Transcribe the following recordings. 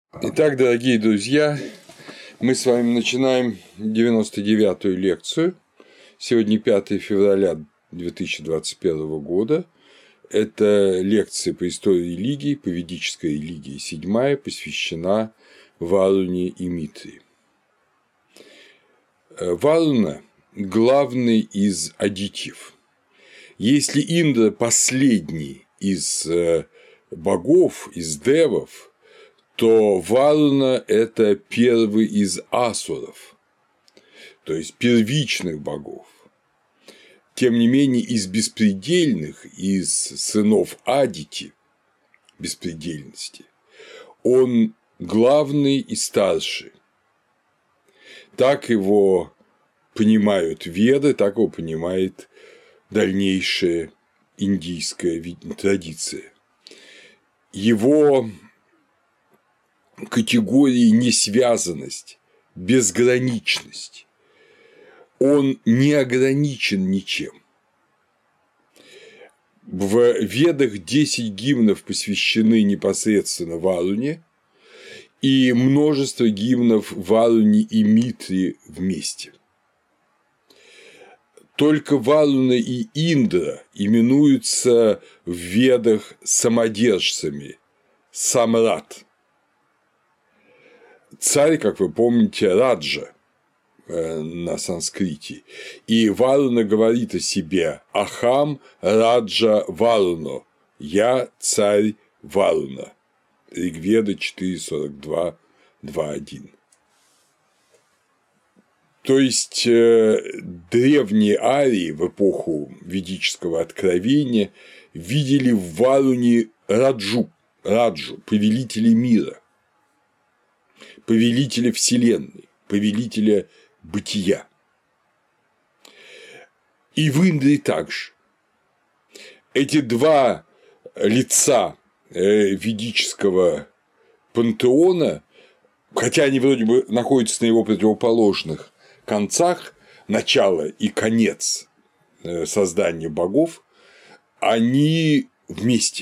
Итак, дорогие друзья, мы с вами начинаем 99-ю лекцию. Сегодня 5 февраля 2021 года. Это лекция по истории религии, по ведической религии, 7-я, посвящена Варуне и Митре. Варуна – главный из адитьев. Если Индра – последний из богов, из девов, то Варуна – это первый из асуров, то есть первичных богов. Тем не менее, из беспредельных, из сынов Адити, беспредельности, он главный и старший. Так его понимают Веды, так его понимает дальнейшая индийская традиция. Его категории несвязанность, безграничность. Он не ограничен ничем. В Ведах 10 гимнов посвящены непосредственно Варуне, и множество гимнов Варуне и Митре вместе. Только Варуна и Индра именуются в Ведах самодержцами – самрат. Царь, как вы помните, Раджа на санскрите. И Варуна говорит о себе: «Ахам Раджа Варуно» – «Я царь Варуна». Ригведа 4.42, 2.1. То есть древние арии в эпоху ведического откровения видели в Варуне Раджу, повелителя мира, повелителя вселенной, повелителя бытия. И в Индре также. Эти два лица ведического пантеона, хотя они вроде бы находятся на его противоположных концах, начало и конец создания богов, они вместе.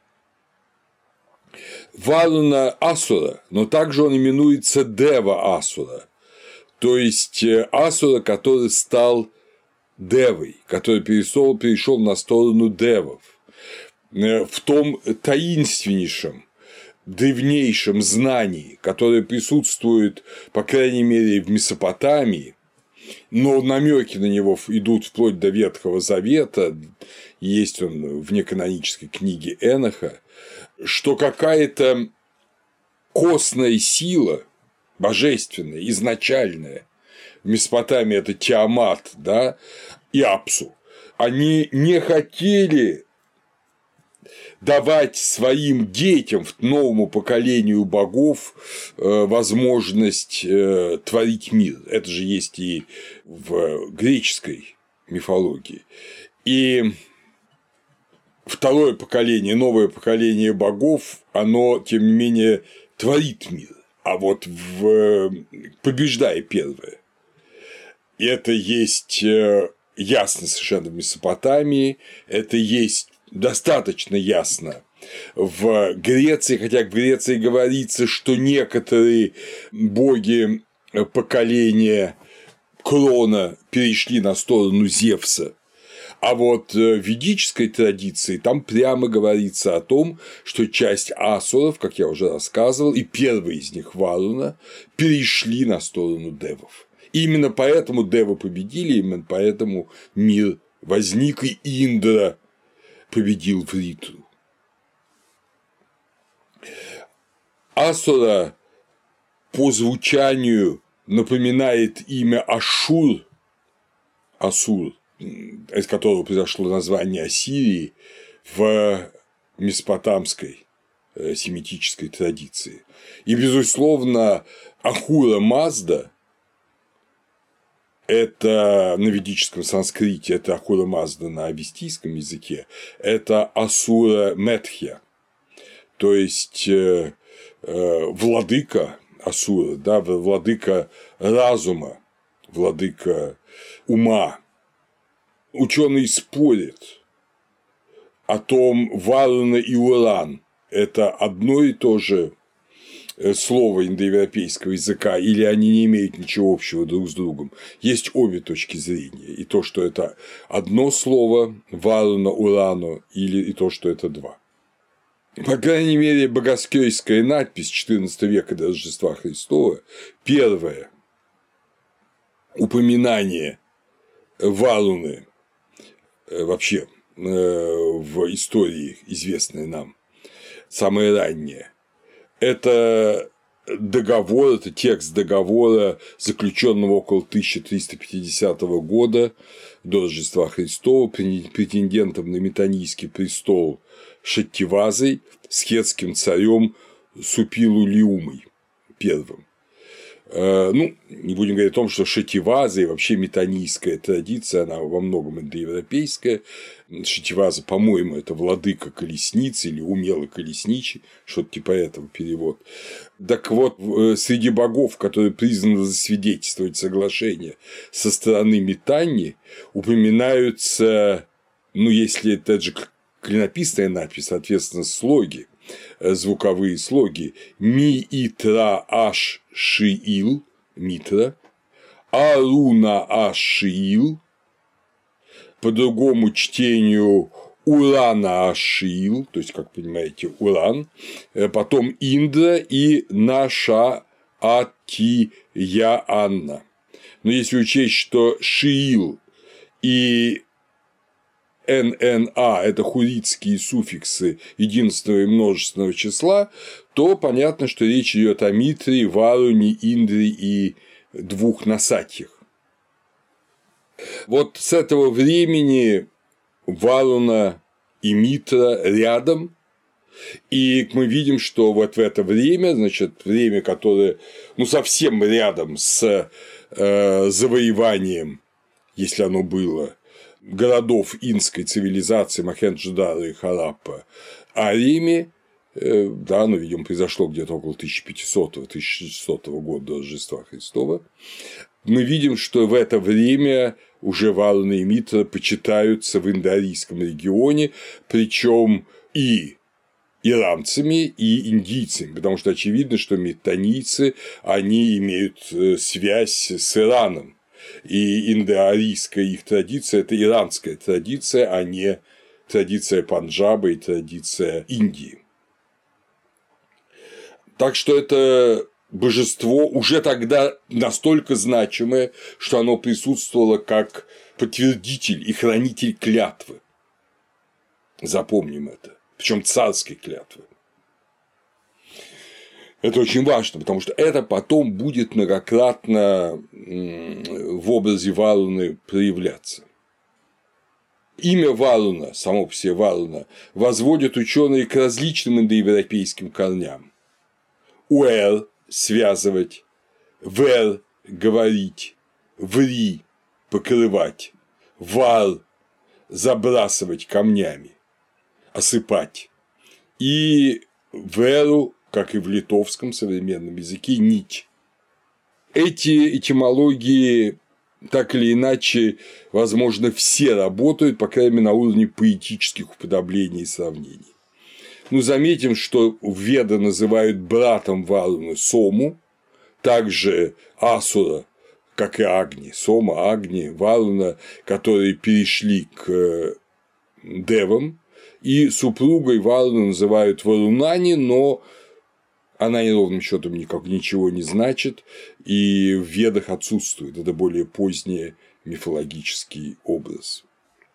Варуна Асура, но также он именуется Дева Асура, то есть Асура, который стал Девой, который перешел на сторону девов. В том таинственнейшем, древнейшем знании, которое присутствует, по крайней мере, в Месопотамии, но намеки на него идут вплоть до Ветхого Завета, есть он в неканонической книге Эноха, что какая-то косная сила, божественная, изначальная, в Месопотамии это Тиамат, да, и Апсу, они не хотели давать своим детям, новому поколению богов, возможность творить мир. Это же есть и в греческой мифологии. И второе поколение, новое поколение богов, оно, тем не менее, творит мир, а вот побеждая первое. И это есть ясно совершенно в Месопотамии, это есть достаточно ясно в Греции, хотя в Греции говорится, что некоторые боги поколения Крона перешли на сторону Зевса. А вот в ведической традиции там прямо говорится о том, что часть асуров, как я уже рассказывал, и первый из них Варуна, перешли на сторону девов. И именно поэтому девы победили, именно поэтому мир возник, и Индра победил Вритру. Асура по звучанию напоминает имя Ашур, из которого произошло название Ассирии в месопотамской семитической традиции. И, безусловно, Ахура Мазда – это на ведическом санскрите, это Ахура Мазда на авестийском языке, это Асура Метхья, то есть владыка Асура, да, владыка разума, владыка ума. Ученые спорят о том, Варуна и Уран – это одно и то же слова индоевропейского языка, или они не имеют ничего общего друг с другом. Есть обе точки зрения. И то, что это одно слово Варуна, Урану, и то, что это два. По крайней мере, богоскёйская надпись XIV века до Рождества Христова, первое упоминание Варуны вообще в истории, известной нам, самое раннее, это договор, это текст договора, заключенного около 1350 года до Рождества Христова претендентом на Метанийский престол Шаттивазой с хетским царем Супилулиумой первым. Ну, не будем говорить о том, что Шаттиваза и вообще метанийская традиция, она во многом индоевропейская. Шаттиваза, по-моему, это владыка колесницы или умелый колесничий, что-то типа этого перевод. Так вот, среди богов, которые признаны засвидетельствовать соглашение со стороны Метании, упоминаются, ну, если это же клинописная надпись, соответственно, слоги, звуковые слоги Ми-Итра Аш-Шиил, Митра, Аруна Аш-Шиил, по другому чтению Урана Аш-Шиил, то есть, как понимаете, Уран, потом Индра и Наша Атия Анна. Но если учесть, что Шиил и ННА – это хуритские суффиксы единственного и множественного числа, то понятно, что речь идет о Митре, Варуне, Индре и двух Насатьях. Вот с этого времени Варуна и Митра рядом, и мы видим, что вот в это время, значит, время, которое ну, совсем рядом с завоеванием, если оно было, городов инской цивилизации Мохенджо-Даро и Хараппа, ариями, да, ну, видимо, произошло где-то около 1500-1600 года до Рождества Христова, мы видим, что в это время уже Варуна и Митра почитаются в индоарийском регионе, причем и иранцами, и индийцами, потому что очевидно, что метанийцы, они имеют связь с Ираном. И индоарийская их традиция – это иранская традиция, а не традиция Панджаба и традиция Индии. Так что это божество уже тогда настолько значимое, что оно присутствовало как подтвердитель и хранитель клятвы. Запомним это. Причем царской клятвы. Это очень важно, потому что это потом будет многократно в образе Варуны проявляться. Имя Варуна, само по себе Варуна, возводят ученые к различным индоевропейским корням. Уэр – связывать, вэр – говорить, ври – покрывать, вар – забрасывать камнями, осыпать, и веру, как и в литовском современном языке, нить. Эти этимологии так или иначе, возможно, все работают, по крайней мере, на уровне поэтических уподоблений и сравнений. Ну, заметим, что Веды называют братом Варуны Сому, также Асура, как и Агни, Сома, Агни, Варуна, которые перешли к девам, и супругой Варуны называют Варунани, но она ровным счетом ничего не значит, и в Ведах отсутствует. Это более поздний мифологический образ.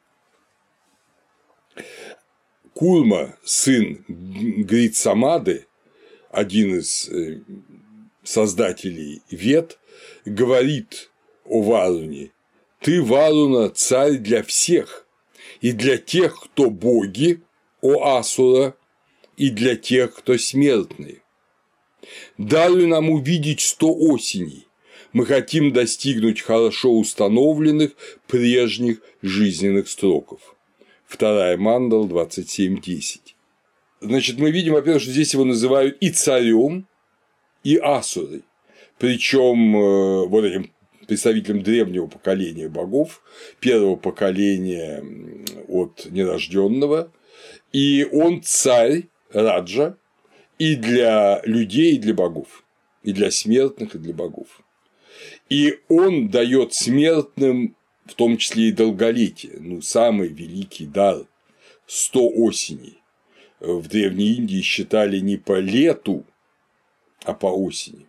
Курма, сын Гритсамады, один из создателей Вед, говорит о Варуне: «Ты, Варуна, царь для всех, и для тех, кто боги, о Асура, и для тех, кто смертные. Даруй нам увидеть 100 осеней, мы хотим достигнуть хорошо установленных прежних жизненных сроков». Вторая Мандал 27.10. Значит, мы видим, во-первых, что здесь его называют и царем, и асурой. Причем вот этим представителем древнего поколения богов, первого поколения от нерожденного, и он царь Раджа, и для людей, и для богов, и для смертных, и для богов. И он дает смертным, в том числе и долголетие, ну, самый великий дар – 100 осеней. В Древней Индии считали не по лету, а по осени.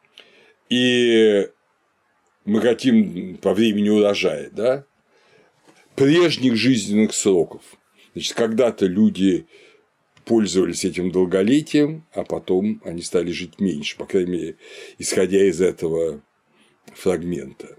И мы хотим по времени урожая, да, прежних жизненных сроков. Значит, когда-то люди пользовались этим долголетием, а потом они стали жить меньше, по крайней мере, исходя из этого фрагмента.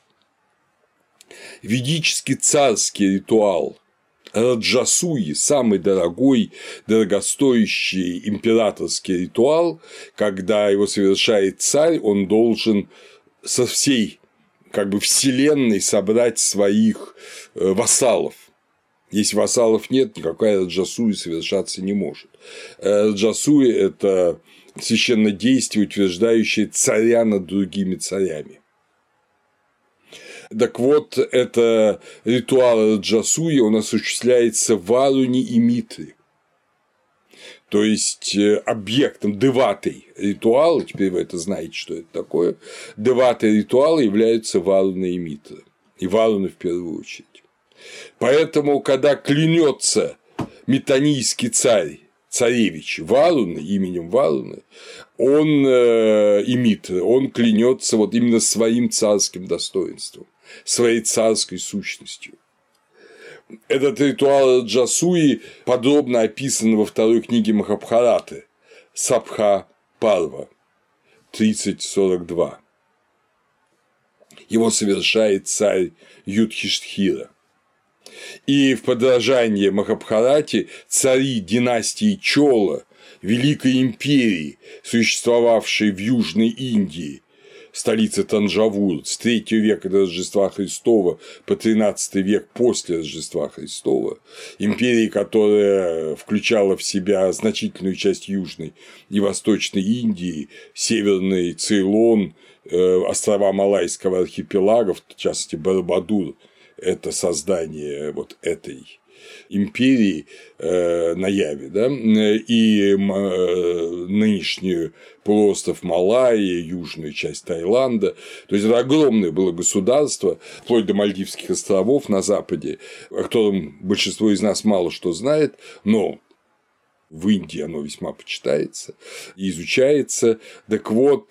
Ведический царский ритуал Раджасуи, самый дорогой, дорогостоящий императорский ритуал, когда его совершает царь, он должен со всей как бы вселенной собрать своих вассалов. Если вассалов нет, никакая Раджасуи совершаться не может. Раджасуи – это священнодействие, утверждающее царя над другими царями. Так вот, это ритуал Раджасуи, он осуществляется в Варуне и Митре. То есть объектом деватой ритуала, теперь вы это знаете, что это такое, деватой ритуала являются Варуна и Митра. И Варуна в первую очередь. Поэтому, когда клянется метанийский царь, царевич Варуны, именем Варуны, он и Митра, он клянется вот именно своим царским достоинством, своей царской сущностью. Этот ритуал Раджасуи подробно описан во второй книге Махабхараты Сабха Парва 30:42. Его совершает царь Юдхиштхира. И в подражание Махабхарате цари династии Чола, Великой империи, существовавшей в Южной Индии, столице Танджавур, с 3 века до Рождества Христова по 13 век после Рождества Христова, империи, которая включала в себя значительную часть Южной и Восточной Индии, Северный Цейлон, острова Малайского архипелага, в частности Барбадур, это создание вот этой империи на Яве, да, и нынешний полуостров Малайи, южную часть Таиланда. То есть это огромное было государство, вплоть до Мальдивских островов на западе, о котором большинство из нас мало что знает, но в Индии оно весьма почитается и изучается. Так вот,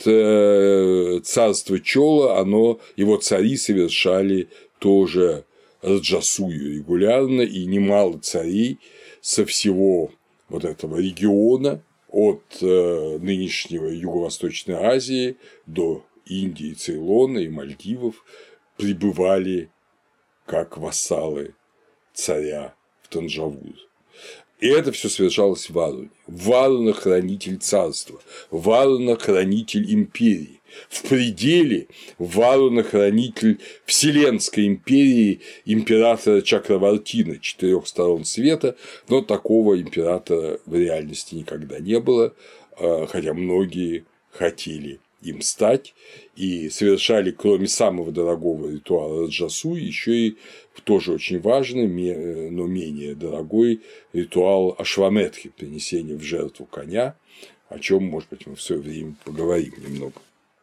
царство Чола, его цари совершали тоже Раджасую регулярно, и немало царей со всего вот этого региона, от нынешнего Юго-Восточной Азии до Индии, Цейлона и Мальдивов, прибывали как вассалы царя в Танджавур. И это все совершалось в Варуне. Варуна – хранитель царства, Варуна – хранитель империи. В пределе Варуна – хранитель Вселенской империи императора Чакравартина, 4 сторон света, но такого императора в реальности никогда не было, хотя многие хотели им стать и совершали, кроме самого дорогого ритуала Раджасуи, еще и тоже очень важный, но менее дорогой ритуал Ашваметхи, принесения в жертву коня, о чем, может быть, мы в свое время поговорим немного.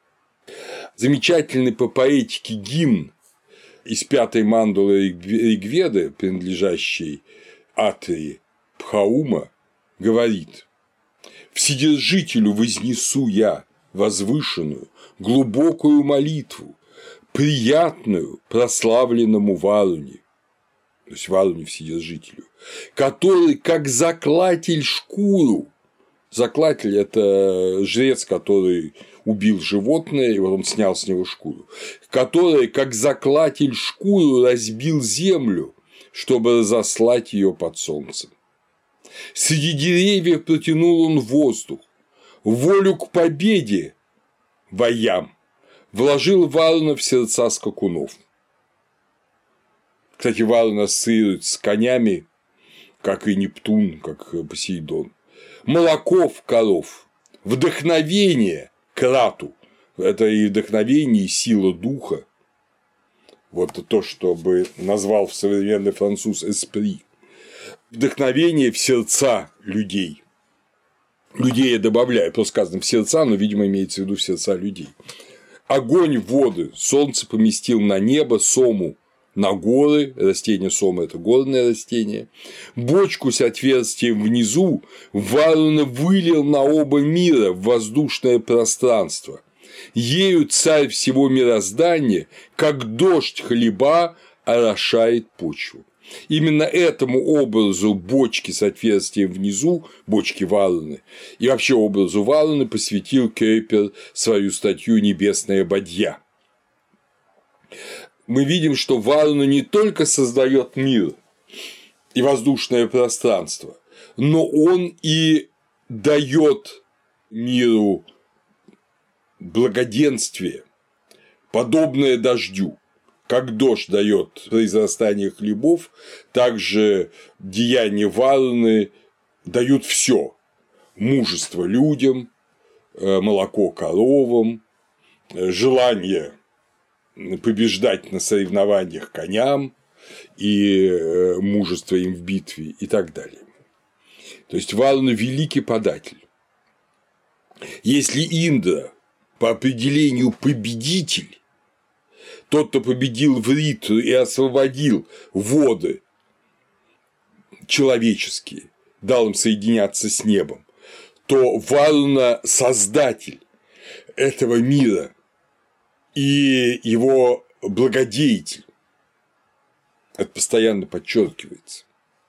Замечательный по поэтике гимн из 5-й мандалы Ригведы, принадлежащей Атрии Пхаума, говорит: «Вседержителю вознесу я возвышенную, глубокую молитву, приятную прославленному Варуне», то есть Варуне Вседержителю, который, как заклатель шкуру, заклатель – это жрец, который убил животное, и вот он снял с него шкуру, который, как заклатель шкуру, разбил землю, чтобы разослать ее под солнцем. Среди деревьев протянул он воздух, волю к победе воям вложил Варуна в сердца скакунов. Кстати, Варуна ассоциируется с конями, как и Нептун, как Посейдон. Молоков коров, вдохновение Крату – это и вдохновение, и сила духа. Вот то, что бы назвал в современный француз эспри. Вдохновение в сердца людей. людей я добавляю, просто сказано в сердца, но, видимо, имеется в виду в сердца людей. Огонь в воды, солнце поместил на небо, сому на горы, растение сома – это горное растение, бочку с отверстием внизу Варуна вылил на оба мира в воздушное пространство. Ею царь всего мироздания, как дождь хлеба, орошает почву. Именно этому образу бочки с отверстием внизу, бочки Варуны, и вообще образу Варуны посвятил Кёйпер свою статью «Небесная бадья». Мы видим, что Варуна не только создает мир и воздушное пространство, но он и дает миру благоденствие, подобное дождю. Как дождь дает произрастание хлебов, также деяния Варуны дают все: мужество людям, молоко коровам, желание побеждать на соревнованиях коням и мужество им в битве и так далее. То есть Варуна – великий податель. Если Индра по определению победитель, тот, кто победил Вритру и освободил воды человеческие, дал им соединяться с небом, то Варуна – создатель этого мира и его благодетель. Это постоянно подчеркивается.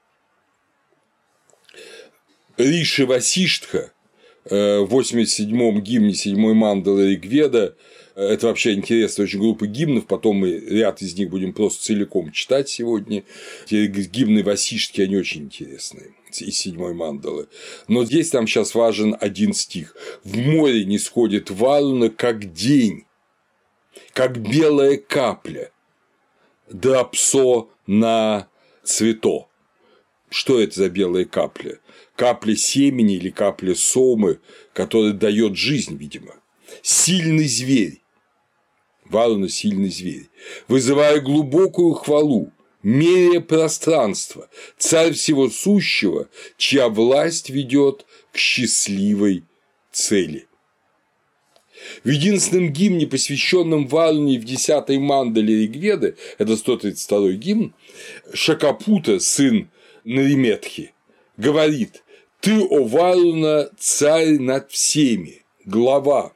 Риши Васиштха в 87-м гимне 7-й мандалы Ригведа – это вообще интересная очень группа гимнов, потом мы ряд из них будем просто целиком читать сегодня. Эти гимны Васиштхи, они очень интересные из 7-й мандалы. Но здесь там сейчас важен один стих. «В море не сходит Варуна, как день, как белая капля, драпсо на цвето». Что это за белая капля? Капля семени или капля сомы, которая дает жизнь, видимо. Сильный зверь. Варуна – сильный зверь. Вызывая глубокую хвалу, меряя пространство, царь всего сущего, чья власть ведет к счастливой цели. В единственном гимне, посвященном Варуне в 10-й мандале Ригведы, это 132-й гимн, Шакапута, сын Нариметхи, говорит: «Ты, о Варуна, царь над всеми, глава».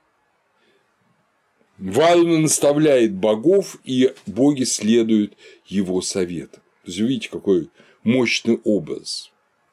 Варуна наставляет богов, и боги следуют его советам. То есть, видите, какой мощный образ.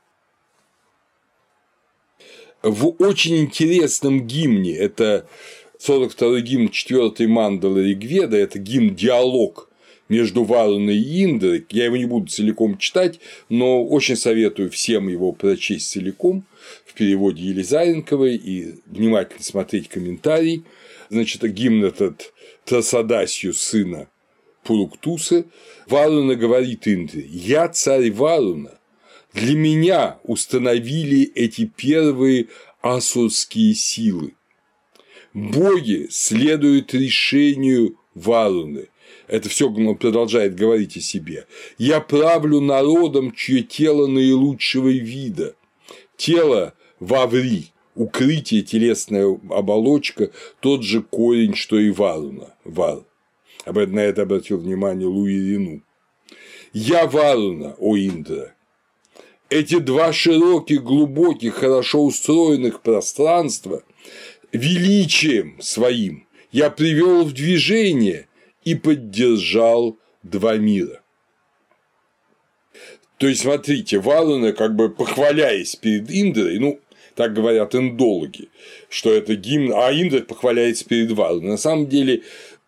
В очень интересном гимне, это 42-й гимн 4-й мандалы Ригведа, это гимн-диалог между Варуной и Индрой. Я его не буду целиком читать, но очень советую всем его прочесть целиком в переводе Елизаренковой и внимательно смотреть комментарий. Значит, гимн этот Трасадасью, сына Пуруктуса. Варуна говорит Индре: «Я царь Варуна, для меня установили эти первые асурские силы. Боги следуют решению Варуны». Это все продолжает говорить о себе. «Я правлю народом, чье тело наилучшего вида. Тело Ваври, укрытие, телесная оболочка, тот же корень, что и Варуна, Вар». На это обратил внимание Луи Рену. «Я Варуна, о Индра. Эти два широких, глубоких, хорошо устроенных пространства величием своим я привел в движение и поддержал два мира». То есть, смотрите, Варуна, как бы похваляясь перед Индрой, ну, так говорят индологи, что это гимн, а Индра похваляется перед Варуной. На самом деле,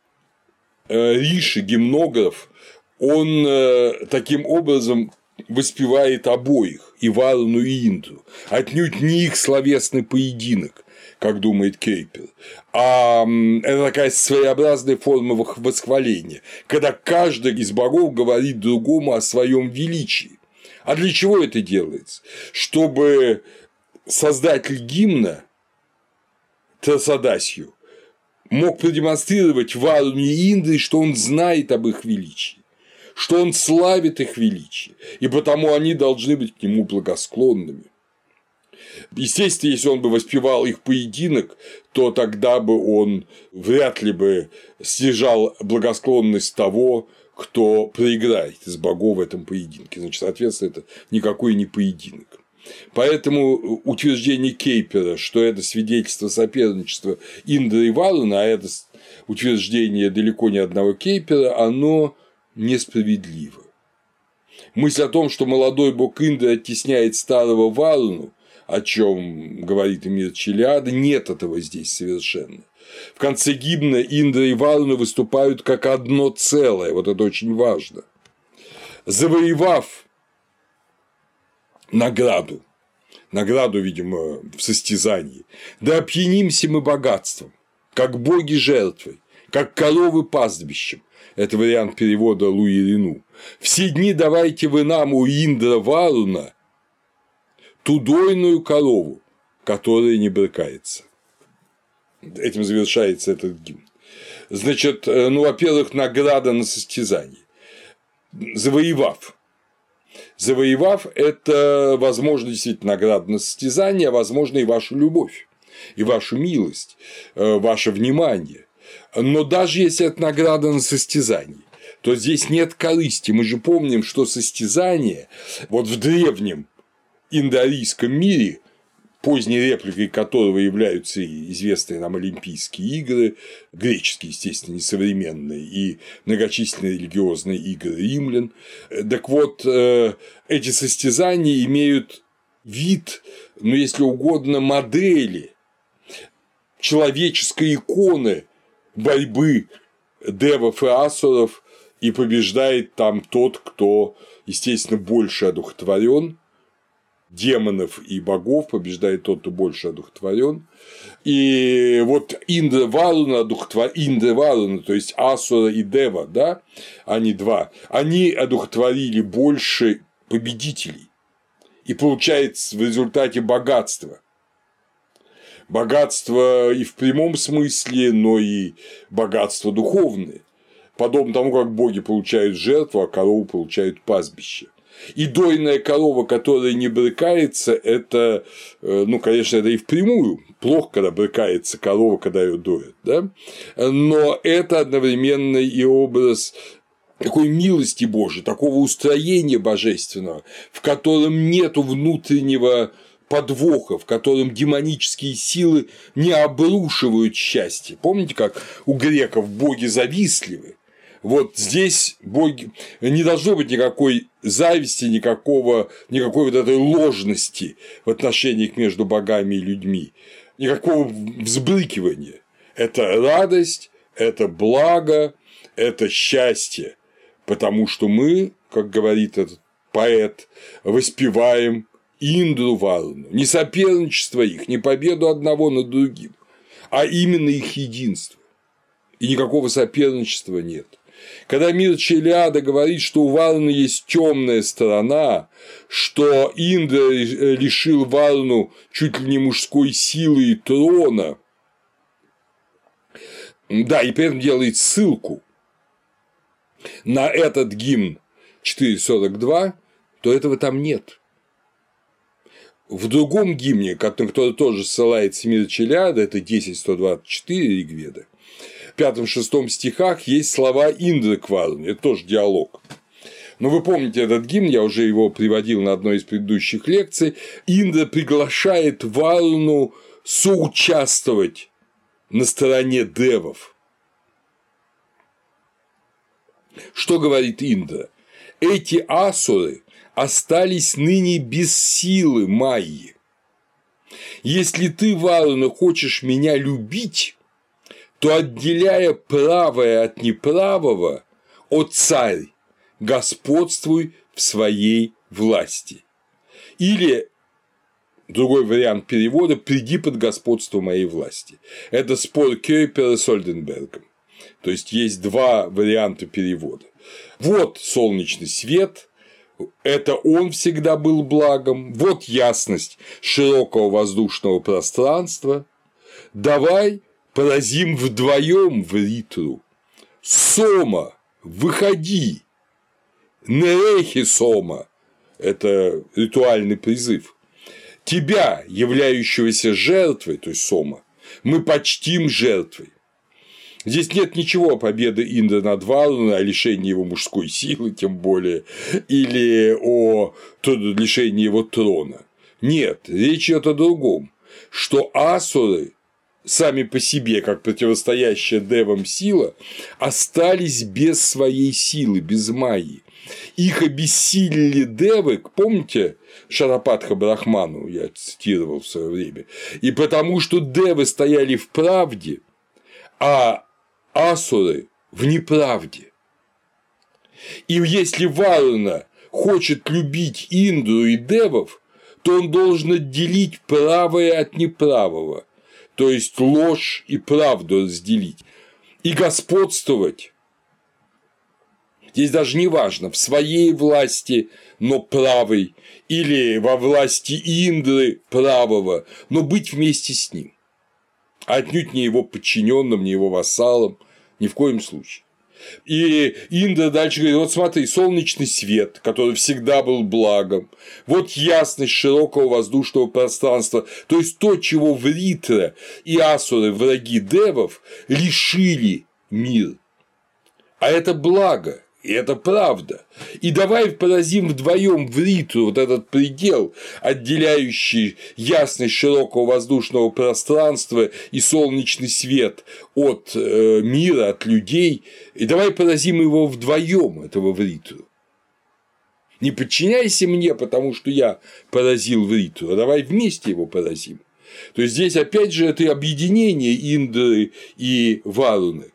Риши, гимнограф, он таким образом воспевает обоих, и Варуну, и Индру, отнюдь не их словесный поединок, как думает Кёйпер, а это такая своеобразная форма восхваления, когда каждый из богов говорит другому о своем величии. А для чего это делается? Чтобы создатель гимна Трасадасью мог продемонстрировать Варуне и Индре, что он знает об их величии, что он славит их величие, и потому они должны быть к нему благосклонными. Естественно, если он бы воспевал их поединок, то тогда бы он вряд ли бы снижал благосклонность того, кто проиграет из богов в этом поединке. Значит, соответственно, это никакой не поединок. Поэтому утверждение Кейпера, что это свидетельство соперничества Индры и Варуна, а это утверждение далеко не одного Кейпера, оно несправедливо. Мысль о том, что молодой бог Индры оттесняет старого Варуну, о чем говорит Эмир Челиада, нет этого здесь совершенно. В конце гимна Индра и Варуна выступают как одно целое, вот это очень важно. Завоевав награду, видимо, в состязании, да опьянимся мы богатством, как боги жертвой, как коровы пастбищем. Это вариант перевода Луи Рену. Все дни давайте вы нам у Индра Варуна ту дойную корову, которая не брыкается. Этим завершается этот гимн. Значит, во-первых, награда на состязании. Завоевав, это, возможно, действительно награда на состязание, а возможно и ваша любовь, и ваша милость, ваше внимание. Но даже если это награда на состязание, то здесь нет корысти. Мы же помним, что состязание вот в древнем индоарийском мире, поздней репликой которого являются и известные нам Олимпийские игры, греческие, естественно, несовременные, и многочисленные религиозные игры римлян. Так вот, эти состязания имеют вид, если угодно, модели человеческой иконы борьбы девов и асуров, и побеждает там тот, кто, естественно, больше одухотворен. Демонов и богов побеждает тот, кто больше одухотворен. И вот Индра Варуна, то есть Асура и Дева, да, они два, они одухотворили больше победителей. И получается в результате богатство. Богатство и в прямом смысле, но и богатство духовное. Подобно тому, как боги получают жертву, а коровы получают пастбище. И дойная корова, которая не брыкается, это, конечно, это и впрямую плохо, когда брыкается корова, когда ее доят, да? Но это одновременно и образ такой милости Божией, такого устроения божественного, в котором нету внутреннего подвоха, в котором демонические силы не обрушивают счастье. Помните, как у греков боги завистливы? Вот здесь боги... не должно быть никакой зависти, никакой вот этой ложности в отношениях между богами и людьми, никакого взбрыкивания. Это радость, это благо, это счастье, потому что мы, как говорит этот поэт, воспеваем Индру Варуну, не соперничество их, не победу одного над другим, а именно их единство. И никакого соперничества нет. Когда Эмир Челиада говорит, что у Варуны есть темная сторона, что Индра лишил Варуну чуть ли не мужской силы и трона, да, и при этом делает ссылку на этот гимн 4.42, то этого там нет. В другом гимне, который тоже ссылается Эмир Челиада, это 10.124 Ригведа, в 5-6 стихах есть слова Индры к Варуне, это тоже диалог. Но вы помните этот гимн, я уже его приводил на одной из предыдущих лекций. Индра приглашает Варуну соучаствовать на стороне девов. Что говорит Индра? Эти асуры остались ныне без силы Майи. Если ты, Варуна, хочешь меня любить, то, отделяя правое от неправого, о царь, господствуй в своей власти. Или другой вариант перевода – приди под господство моей власти. Это спор Кейпера с Ольденбергом. То есть есть два варианта перевода. Вот солнечный свет, это он всегда был благом, вот ясность широкого воздушного пространства. Давай поразим вдвоем в Ритру. Сома, выходи! Нерехи Сома – это ритуальный призыв. тебя, являющегося жертвой, то есть Сома, мы почтим жертвой. Здесь нет ничего о победе Индра над Варуной, о лишении его мужской силы, тем более, или о лишении его трона. Нет, речь идет о другом, что асуры сами по себе, как противостоящая девам сила, остались без своей силы, без майи. Их обессилили девы, помните Шарапатха Брахману, я цитировал в свое время, и потому что девы стояли в правде, а асуры в неправде. И если Варуна хочет любить Индру и девов, то он должен отделить правое от неправого, то есть ложь и правду разделить, и господствовать. Здесь даже не важно, в своей власти, но правой, или во власти Индры правого, но быть вместе с ним, а отнюдь не его подчиненным, не его вассалом, ни в коем случае. И Индра дальше говорит: вот смотри, солнечный свет, который всегда был благом, вот ясность широкого воздушного пространства, то есть то, чего Вритра и асуры, враги девов, лишили мир. А это благо, и это правда. И давай поразим вдвоем Вритру, вот этот предел, отделяющий ясность широкого воздушного пространства и солнечный свет от мира, от людей, и давай поразим его вдвоем, этого Вритру. Не подчиняйся мне, потому что я поразил Вритру, а давай вместе его поразим. То есть здесь опять же это объединение Индры и Варуны,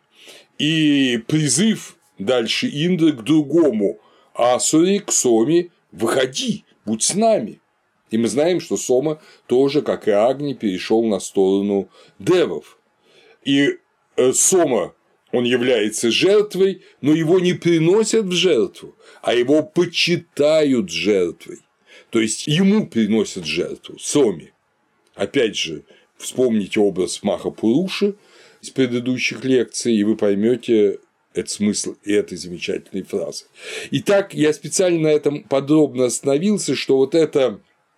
и призыв дальше Индры к другому асуре, к Соме: выходи, будь с нами. И мы знаем, что Сома тоже, как и Агни, перешел на сторону девов. И Сома, он является жертвой, но его не приносят в жертву, а его почитают жертвой. То есть ему приносят жертву, Соме. Опять же, вспомните образ Махапуруши из предыдущих лекций, и вы поймете это смысл и этой замечательной фразы. Итак, я специально на этом подробно остановился, что вот эта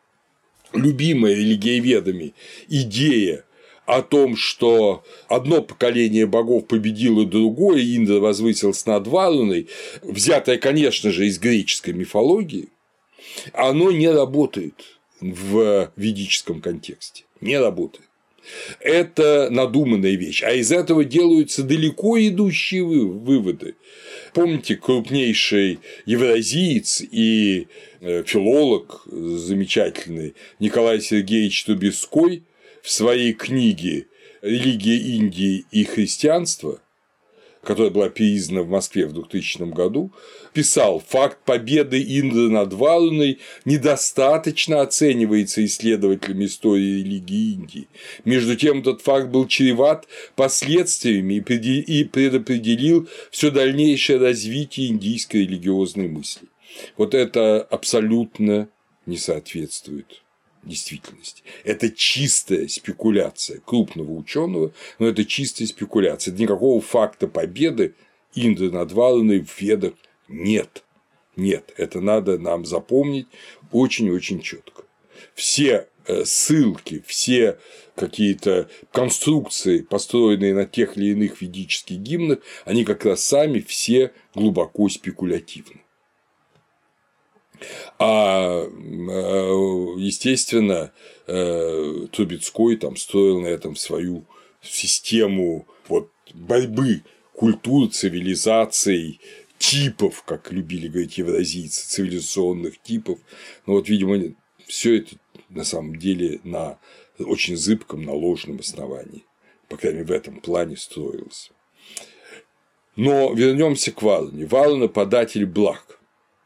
любимая религиоведами идея о том, что одно поколение богов победило другое, Индра возвысился над Варуной, взятое, конечно же, из греческой мифологии, оно не работает в ведическом контексте. Не работает. Это надуманная вещь, а из этого делаются далеко идущие выводы. Помните, крупнейший евразиец и филолог замечательный Николай Сергеевич Трубецкой в своей книге «Религия Индии и христианство», которая была переиздана в Москве в 2000 году, писал: факт победы Индры над Варуной недостаточно оценивается исследователями истории религии Индии. Между тем, этот факт был чреват последствиями и предопределил все дальнейшее развитие индийской религиозной мысли. Вот это абсолютно не соответствует действительности. Это чистая спекуляция крупного ученого, но это чистая спекуляция. Никакого факта победы Индры над Варуной в Ведах нет. Нет, это надо нам запомнить очень-очень четко. Все ссылки, все какие-то конструкции, построенные на тех или иных ведических гимнах, они как раз сами все глубоко спекулятивны. А, естественно, Трубецкой там строил на этом свою систему вот борьбы культур, цивилизаций, типов, как любили говорить евразийцы, цивилизационных типов. Но вот, видимо, все это на самом деле на очень зыбком, на ложном основании. По крайней мере, в этом плане строилось. Но вернемся к Варуне. Варуна – податель благ.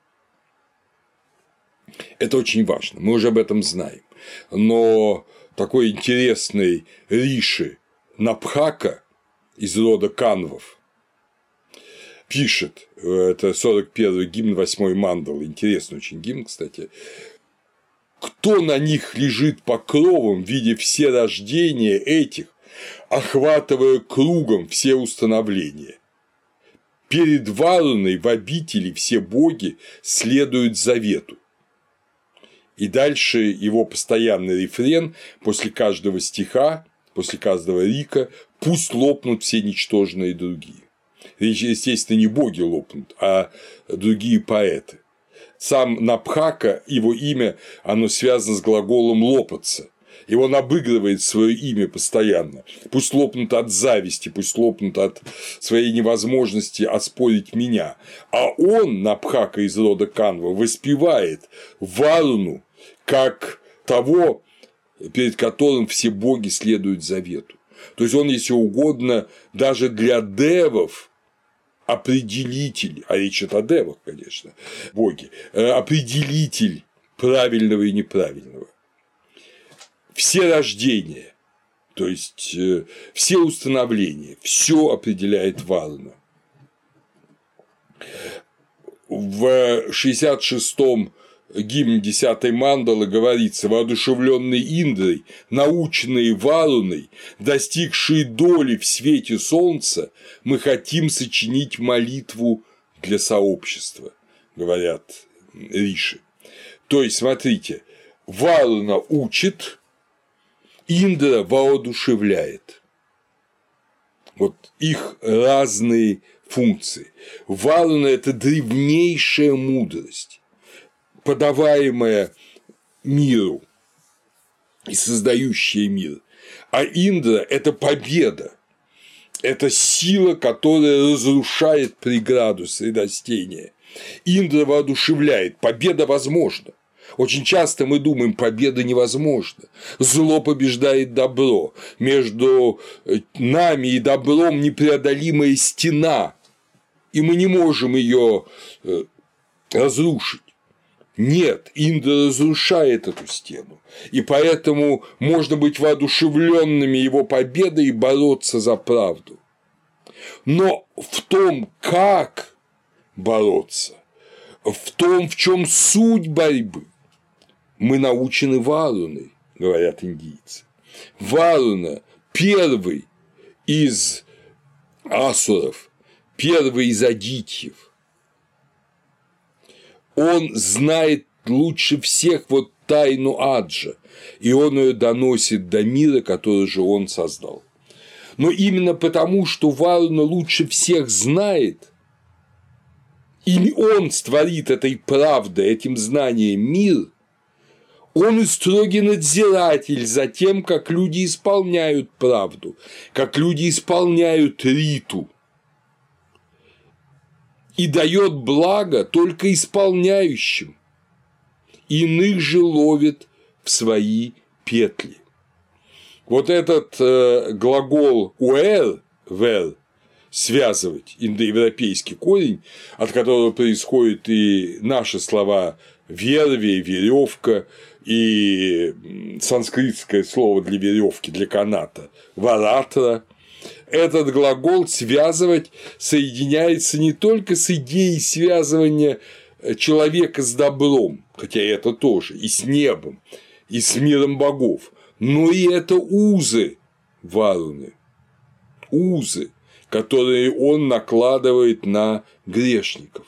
Это очень важно, мы уже об этом знаем. Но такой интересный риши Напхака из рода канвов пишет, это 41-й гимн 8-й мандалы, интересный очень гимн, кстати: кто на них лежит покровом, видя все рождения этих, охватывая кругом все установления. Перед Варуной в обители все боги следуют завету. И дальше его постоянный рефрен после каждого стиха, после каждого рика: пусть лопнут все ничтожные другие. Речь, естественно, не боги лопнут, а другие поэты. Сам Напхака, его имя, оно связано с глаголом «лопаться». И он обыгрывает свое имя постоянно. Пусть лопнут от зависти, пусть лопнут от своей невозможности оспорить меня. А он, Напхака из рода Канва, воспевает Варуну как того, перед которым все боги следуют завету. То есть он, если угодно, даже для девов определитель, а речь идет о девах, конечно, боги, определитель правильного и неправильного. Все рождения, то есть все установления, все определяет Варуна. В 66-м гимне 10-й мандалы говорится: воодушевленные Индрой, наученные Варуной, достигшие доли в свете солнца, мы хотим сочинить молитву для сообщества, говорят риши. То есть, смотрите, Варуна учит, Индра воодушевляет. Вот их разные функции. Варуна – это древнейшая мудрость, подаваемая миру и создающая мир. А Индра – это победа, это сила, которая разрушает преграду средостения. Индра воодушевляет, победа возможна. Очень часто мы думаем, победа невозможна. Зло побеждает добро. Между нами и добром непреодолимая стена, и мы не можем ее разрушить. Нет, Индра разрушает эту стену, и поэтому можно быть воодушевленными его победой и бороться за правду. Но в том, как бороться, в том, в чем суть борьбы, мы научены Варуной, говорят индийцы. Варуна – первый из асуров, первый из адитьев. Он знает лучше всех вот тайну аджа, и он ее доносит до мира, который же он создал. Но именно потому, что Варуна лучше всех знает, и он створит этой правдой, этим знанием мир, он и строгий надзиратель за тем, как люди исполняют правду, как люди исполняют риту, и дает благо только исполняющим, иных же ловит в свои петли. Вот этот глагол «уэр», «вер», связывать, индоевропейский корень, от которого происходят и наши слова «вервие», «веревка», и санскритское слово для веревки, для каната «варатра». Этот глагол «связывать» соединяется не только с идеей связывания человека с добром, хотя это тоже, и с небом, и с миром богов, но и это узы Варуны, узы, которые он накладывает на грешников.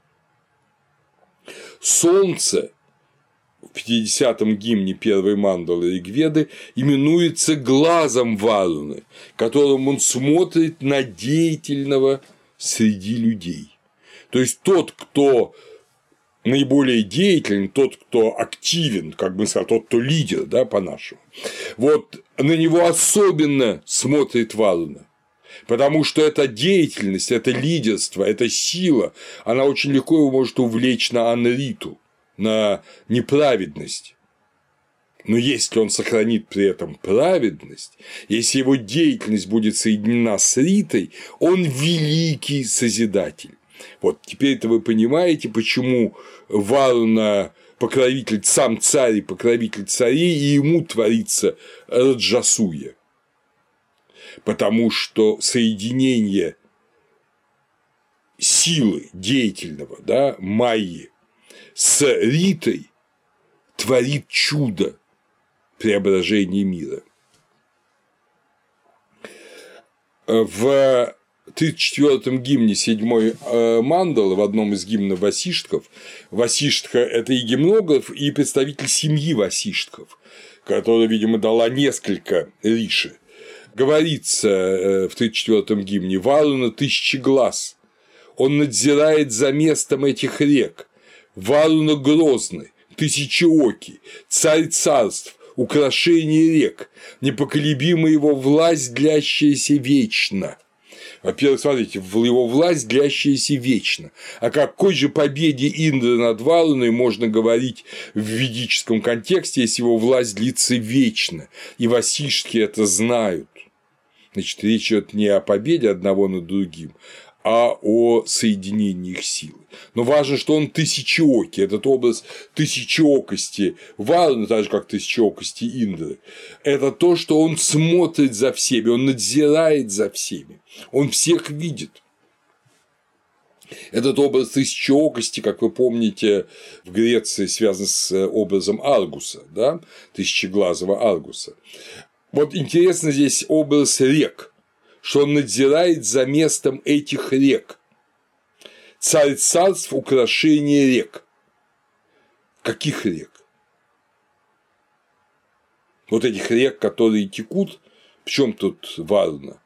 Солнце в 50-м гимне первой мандалы Ригведы именуется глазом Варуны, которым он смотрит на деятельного среди людей. То есть тот, кто наиболее деятелен, тот, кто активен, как бы сказать, тот, кто лидер, да, по-нашему, вот на него особенно смотрит Варуна. Потому что эта деятельность, это лидерство, эта сила, она очень легко его может увлечь на анриту, на неправедность. Но если он сохранит при этом праведность, если его деятельность будет соединена с ритой, он великий созидатель. Вот теперь-то вы понимаете, почему Варуна покровитель, сам царь и покровитель царей, и ему творится раджасуя. Потому что соединение силы деятельного, да, майи, с ритой творит чудо преображения мира. В 34-м гимне 7-й мандалы, в одном из гимнов Васиштхов, Васиштха – это и гимнограф, и представитель семьи Васиштхов, которая, видимо, дала несколько риши. Говорится в 34-м гимне: «Варуна тысячи глаз, он надзирает за местом этих рек. Варуна грозный, тысячеокий, царь царств, украшение рек, непоколебимая его власть, длящаяся вечно». Во-первых, смотрите, его власть, длящаяся вечно. О какой же победе Индры над Варуной можно говорить в ведическом контексте, если его власть длится вечно, и Васиштхи это знают? Значит, речь идет не о победе одного над другим, а о соединении их силы. Но важно, что он тысячеокий. Этот образ тысячеокости Варуны, так же как тысячеокости Индры, это то, что он смотрит за всеми, он надзирает за всеми, он всех видит. Этот образ тысячеокости, как вы помните, в Греции связан с образом Аргуса, да? Тысячеглазого Аргуса. Вот интересно здесь образ рек, что он надзирает за местом этих рек. Царь царств – украшение рек. Каких рек? Вот этих рек, которые текут, в чем тут Варуна?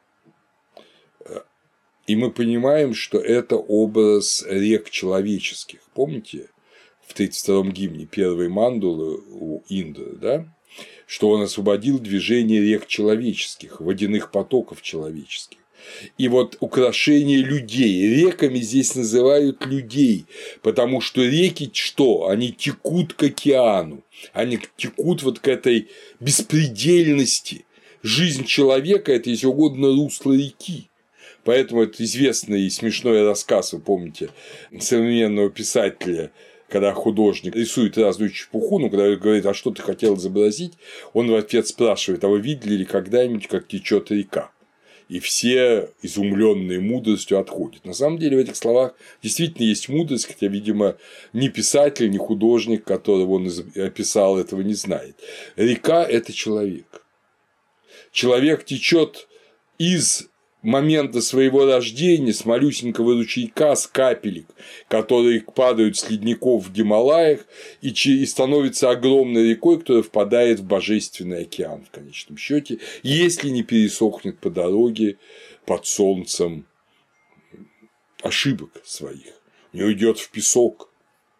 И мы понимаем, что это образ рек человеческих. Помните, в 32-м гимне первой мандулы у Индры, да? Что он освободил движение рек человеческих, водяных потоков человеческих. И вот украшение людей. Реками здесь называют людей, потому что реки что? Они текут к океану, они текут вот к этой беспредельности. Жизнь человека – это, если угодно, русло реки. Поэтому это известный и смешной рассказ, вы помните, современного писателя, когда художник рисует разную чепуху, но когда говорит: а что ты хотел изобразить, он в ответ спрашивает: а вы видели ли когда-нибудь, как течет река? И все, изумленные мудростью, отходят. На самом деле в этих словах действительно есть мудрость, хотя, видимо, ни писатель, ни художник, которого он описал, этого не знает. Река – это человек. Человек течет из момента своего рождения с малюсенького ручейка, с капелек, которые падают с ледников в Гималаях и становится огромной рекой, которая впадает в божественный океан в конечном счете, если не пересохнет по дороге под солнцем ошибок своих, не уйдет в песок.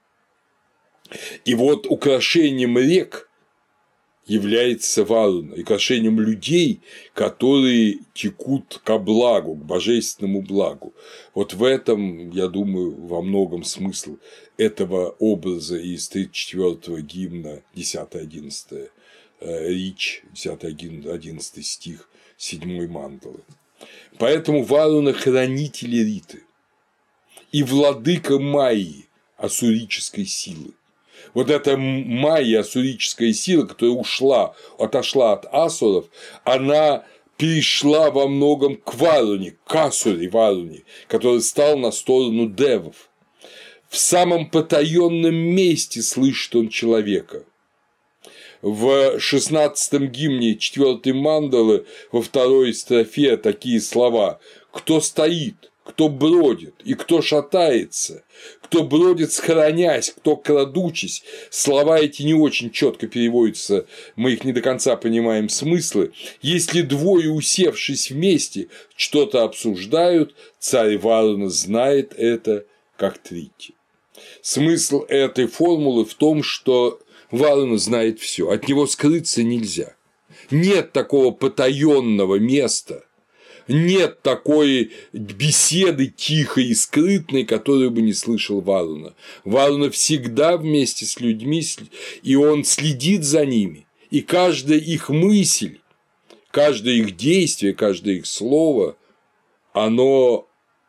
И вот украшением рек является Варуна, и украшением людей, которые текут ко благу, к божественному благу. Вот в этом, я думаю, во многом смысл этого образа из 34-го гимна 10-11 рич, 10-11 стих 7-й мандалы. Поэтому Варуна – хранитель Риты и владыка Майи, ассурической силы. Вот эта майя, ассурическая сила, которая отошла от асуров, она перешла во многом к Варуне, к Асуре Варуне, который стал на сторону девов. В самом потаенном месте слышит он человека. В 16-м гимне 4-й мандалы во второй строфе такие слова: «Кто стоит, кто бродит и кто шатается, кто бродит схоронясь, кто крадучись». Слова эти не очень четко переводятся, мы их не до конца понимаем смыслы. Если двое, усевшись вместе, что-то обсуждают, царь Варуна знает это как третий. Смысл этой формулы в том, что Варуна знает все, от него скрыться нельзя. Нет такого потаенного места, нет такой беседы тихой и скрытной, которую бы не слышал Варуна. Варуна всегда вместе с людьми, и он следит за ними, и каждая их мысль, каждое их действие, каждое их слово, оно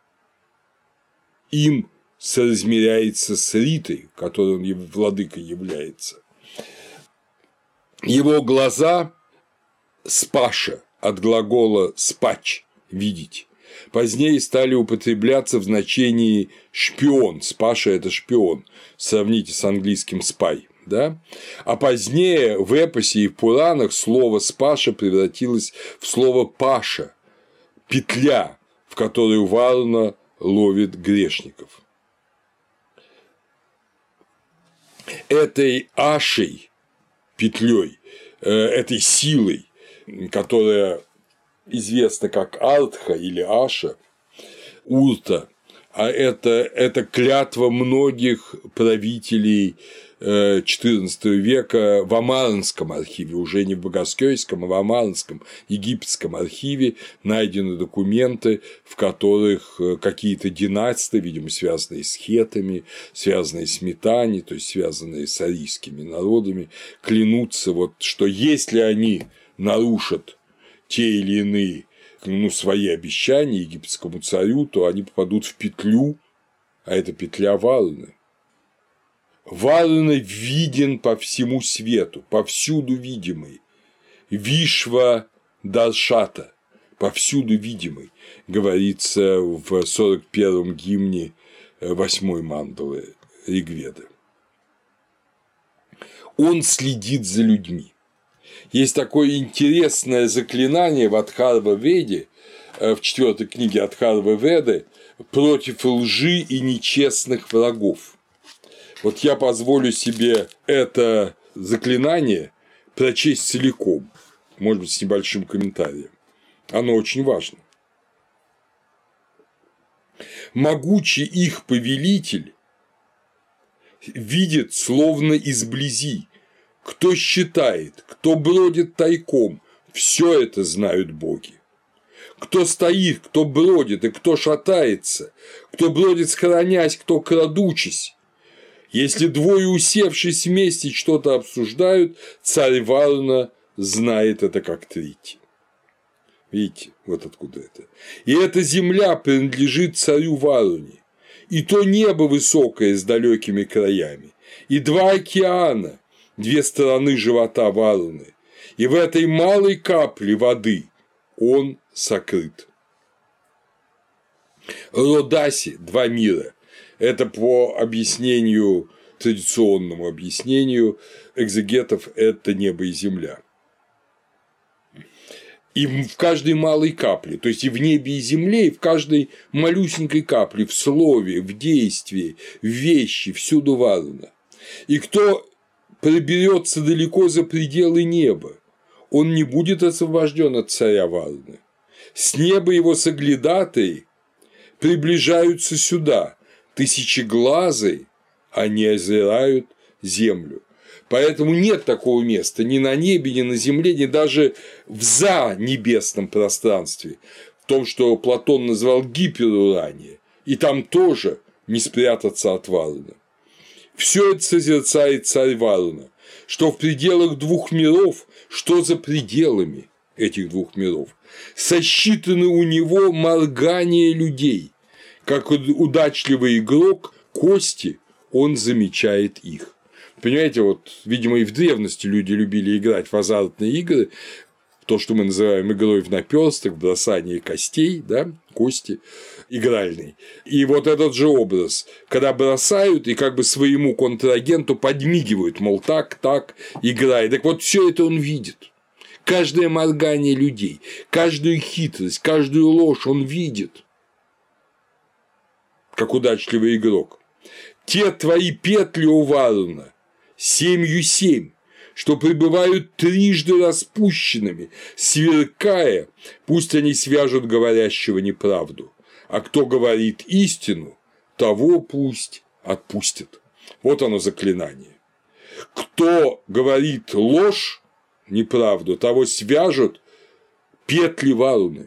им соразмеряется с Ритой, которой он владыкой является. Его глаза – спаша, от глагола «спач» – «видеть». Позднее стали употребляться в значении «шпион». Спаша – это шпион. Сравните с английским «spy». Да? А позднее в эпосе и в Пуранах слово «спаша» превратилось в слово «паша» – «петля», в которую варна ловит грешников. Этой ашей, петлей, этой силой, которая известна как Артха или Аша, Урта, а это клятва многих правителей XIV века в Амаранском архиве, уже не в Богоскёйском, а в Амаранском египетском архиве найдены документы, в которых какие-то династии, видимо, связанные с хетами, связанные с Митани, то есть связанные с арийскими народами, клянутся, что если они нарушат те или иные свои обещания египетскому царю, то они попадут в петлю, а это петля Варуны. Варуна виден по всему свету, повсюду видимый. Вишва Даршата, повсюду видимый, говорится в 41-м гимне 8-й мандалы Ригведы. Он следит за людьми. Есть такое интересное заклинание в Адхарва-веде, в 4-й книге Адхарва-веды, против лжи и нечестных врагов. Вот я позволю себе это заклинание прочесть целиком, может быть, с небольшим комментарием. Оно очень важно. Могучий их повелитель видит словно изблизи. Кто считает, кто бродит тайком, все это знают боги. Кто стоит, кто бродит и кто шатается, кто бродит схоронясь, кто крадучись. Если двое, усевшись вместе, что-то обсуждают, царь Варуна знает это как третий. Видите, вот откуда это. И эта земля принадлежит царю Варуне, и то небо высокое с далекими краями, и 2 океана, 2 стороны живота Варуны, и в этой малой капле воды он сокрыт. Родаси – 2 мира. Это по объяснению, традиционному объяснению экзегетов, это небо и земля. И в каждой малой капле, то есть и в небе и земле, и в каждой малюсенькой капле, в слове, в действии, в вещи, всюду Варуна. И кто проберется далеко за пределы неба, он не будет освобожден от царя Варуны. С неба его соглядатые приближаются сюда, тысячеглазые, они озирают землю. Поэтому нет такого места ни на небе, ни на земле, ни даже в занебесном пространстве, в том, что Платон называл гиперурания, и там тоже не спрятаться от Варуна. Все это созерцает царь Варуна, что в пределах 2 миров, что за пределами этих 2 миров, сосчитаны у него моргания людей, как удачливый игрок кости, он замечает их. Понимаете, видимо, и в древности люди любили играть в азартные игры, то, что мы называем игрой в наперсток, в бросание костей, да, кости игральной. И вот этот же образ, когда бросают и как бы своему контрагенту подмигивают, мол, так, играй. Так вот, все это он видит. Каждое моргание людей, каждую хитрость, каждую ложь он видит, как удачливый игрок. Те твои петли, у Варуна, 7 что пребывают трижды распущенными, сверкая, пусть они свяжут говорящего неправду, а кто говорит истину, того пусть отпустят. Вот оно заклинание. Кто говорит ложь, неправду, того свяжут петли Варуны,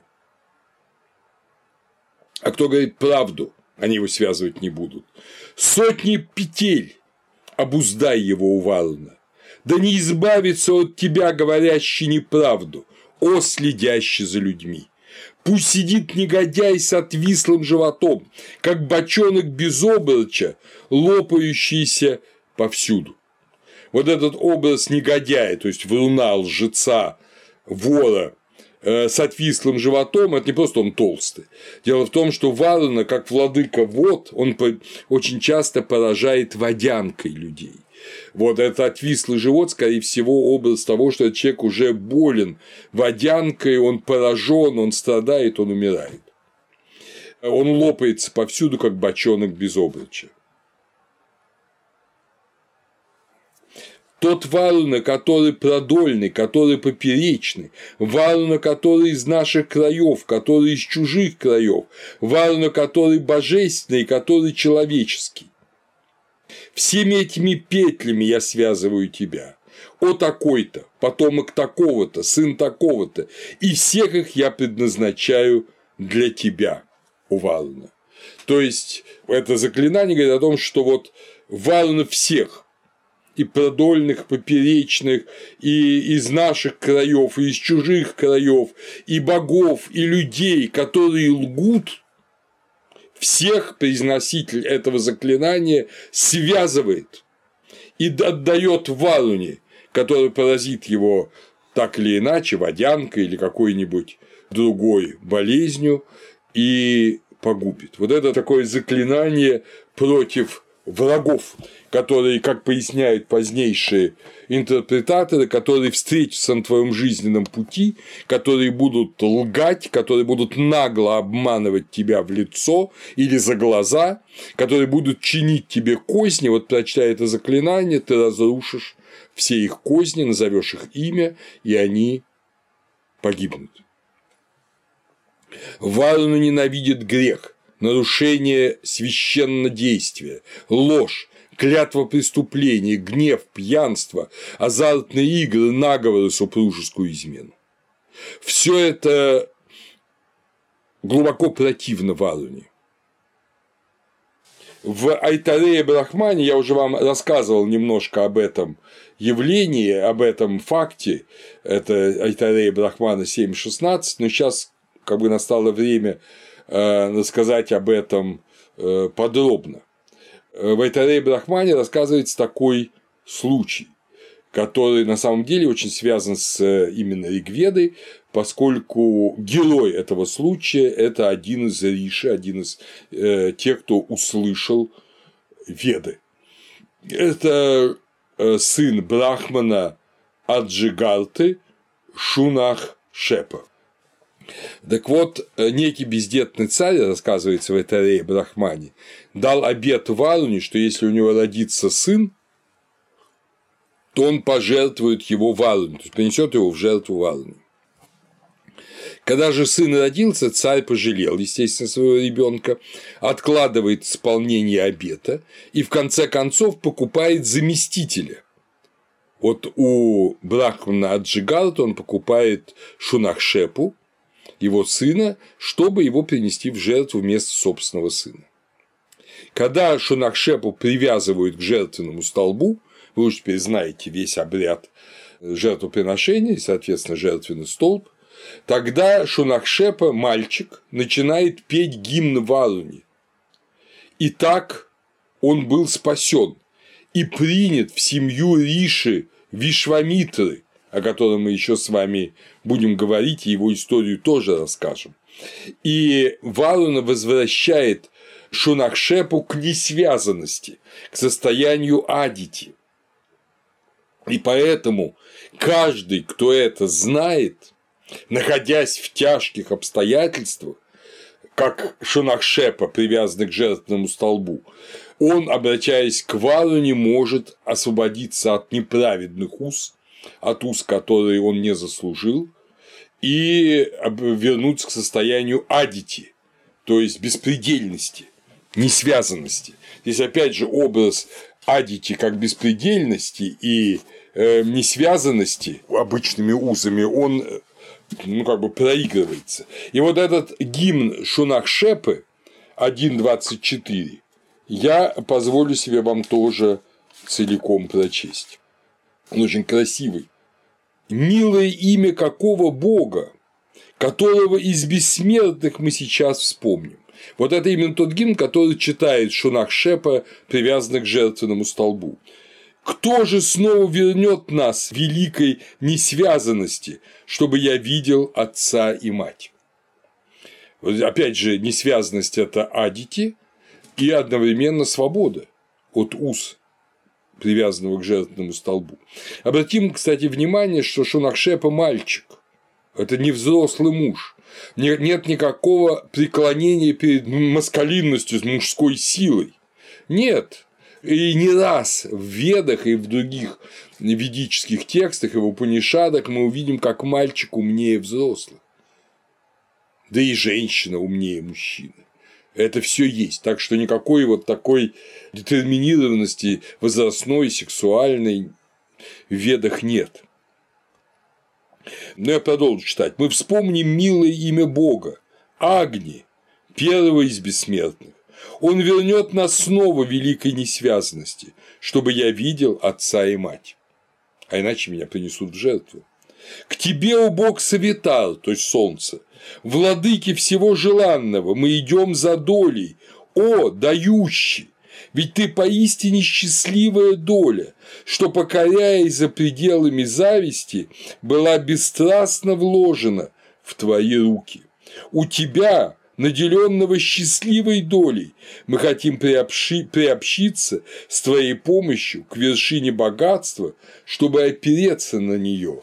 а кто говорит правду, они его связывать не будут. 100 петель обуздай его, у Варуна, да не избавится от тебя говорящий неправду, о следящий за людьми. Пусть сидит негодяй с отвислым животом, как бочонок без обруча, лопающийся повсюду. Вот этот образ негодяя, то есть вруна, лжеца, вора с отвислым животом, это не просто он толстый. Дело в том, что Варуна, как владыка вод, он очень часто поражает водянкой людей. Вот этот отвислый живот, скорее всего, образ того, что этот человек уже болен водянкой, он поражен, он страдает, он умирает. он лопается повсюду, как бочонок без обруча. Тот Варуна, который продольный, который поперечный, Варуна, который из наших краев, который из чужих краев, Варуна, который божественный, который человеческий. Всеми этими петлями я связываю тебя. О такой-то, потомок такого-то, сын такого-то, и всех их я предназначаю для тебя, о Варуна. То есть это заклинание говорит о том, что вот Варуна всех, и продольных, поперечных, и из наших краев, и из чужих краев, и богов, и людей, которые лгут, всех произноситель этого заклинания связывает и отдает Варуне, который поразит его так или иначе, водянкой или какой-нибудь другой болезнью, и погубит. Вот это такое заклинание против врагов, которые, как поясняют позднейшие интерпретаторы, которые встретятся на твоем жизненном пути, которые будут лгать, которые будут нагло обманывать тебя в лицо или за глаза, которые будут чинить тебе козни. Вот, прочитая это заклинание, ты разрушишь все их козни, назовешь их имя, и они погибнут. Варуна ненавидит грех, нарушение священнодействия, ложь, клятва преступления, гнев, пьянство, азартные игры, наговоры, супружескую измену. Все это глубоко противно Варуне. В Айтарея Брахмане я уже вам рассказывал немножко об этом явлении, об этом факте. Это Айтарея Брахмана 7.16, но сейчас как бы настало время рассказать об этом подробно. В Айтарея Брахмане рассказывается такой случай, который на самом деле очень связан с именно Ригведой, поскольку герой этого случая – это один из риши, один из тех, кто услышал Веды. Это сын Брахмана Аджигарты Шунах-Шепа. Так вот, некий бездетный царь, рассказывается в Айтарея Брахмане, дал обет Варуне, что если у него родится сын, то он пожертвует его Варуне, то есть принесет его в жертву Варуне. Когда же сын родился, царь пожалел, естественно, своего ребенка, откладывает исполнение обета и в конце концов покупает заместителя. Вот у Брахмана Аджигарта он покупает Шунах-Шепу, его сына, чтобы его принести в жертву вместо собственного сына. Когда Шунах-Шепу привязывают к жертвенному столбу, вы уже теперь знаете весь обряд жертвоприношения и, соответственно, жертвенный столб, тогда Шунах-Шепа, мальчик, начинает петь гимн Варуне. И так он был спасен и принят в семью риши Вишвамитры, о котором мы еще с вами будем говорить, и его историю тоже расскажем. И Варуна возвращает Шунах-Шепу к несвязанности, к состоянию адити. И поэтому каждый, кто это знает, находясь в тяжких обстоятельствах, как Шунах-Шепа, привязанный к жертвенному столбу, он, обращаясь к Варуне, может освободиться от неправедных уз, от уз, которые он не заслужил, и вернуться к состоянию адити, то есть беспредельности, несвязанности. Здесь опять же образ адити как беспредельности и несвязанности обычными узами, он как бы проигрывается. И вот этот гимн Шунах-Шепы 1.24 я позволю себе вам тоже целиком прочесть. Он очень красивый. «Милое имя какого бога, которого из бессмертных мы сейчас вспомним». Вот это именно тот гимн, который читает Шунах-Шепа, привязанный к жертвенному столбу. «Кто же снова вернет нас в великой несвязанности, чтобы я видел отца и мать?» Вот опять же, несвязанность – это адити и одновременно свобода от уз, привязанного к жертвенному столбу. Обратим, кстати, внимание, что Шунах-Шепа – мальчик, Это не взрослый муж. Нет никакого преклонения перед маскулинностью, мужской силой. Нет. И не раз в Ведах и в других ведических текстах и в Упанишадах мы увидим, как мальчик умнее взрослых. Да и женщина умнее мужчины. Это все есть. Так что никакой вот такой детерминированности возрастной, сексуальной в Ведах нет. Но я продолжу читать. Мы вспомним милое имя Бога – Агни, первого из бессмертных. Он вернет нас снова в великой несвязанности, чтобы я видел отца и мать. А иначе меня принесут в жертву. К тебе, о Бог, Савитар, то есть солнце, владыки всего желанного, мы идем за долей, о, дающий, ведь ты поистине счастливая доля, что, покоряясь за пределами зависти, была бесстрастно вложена в твои руки. У тебя, наделенного счастливой долей, мы хотим приобщиться с твоей помощью к вершине богатства, чтобы опереться на нее.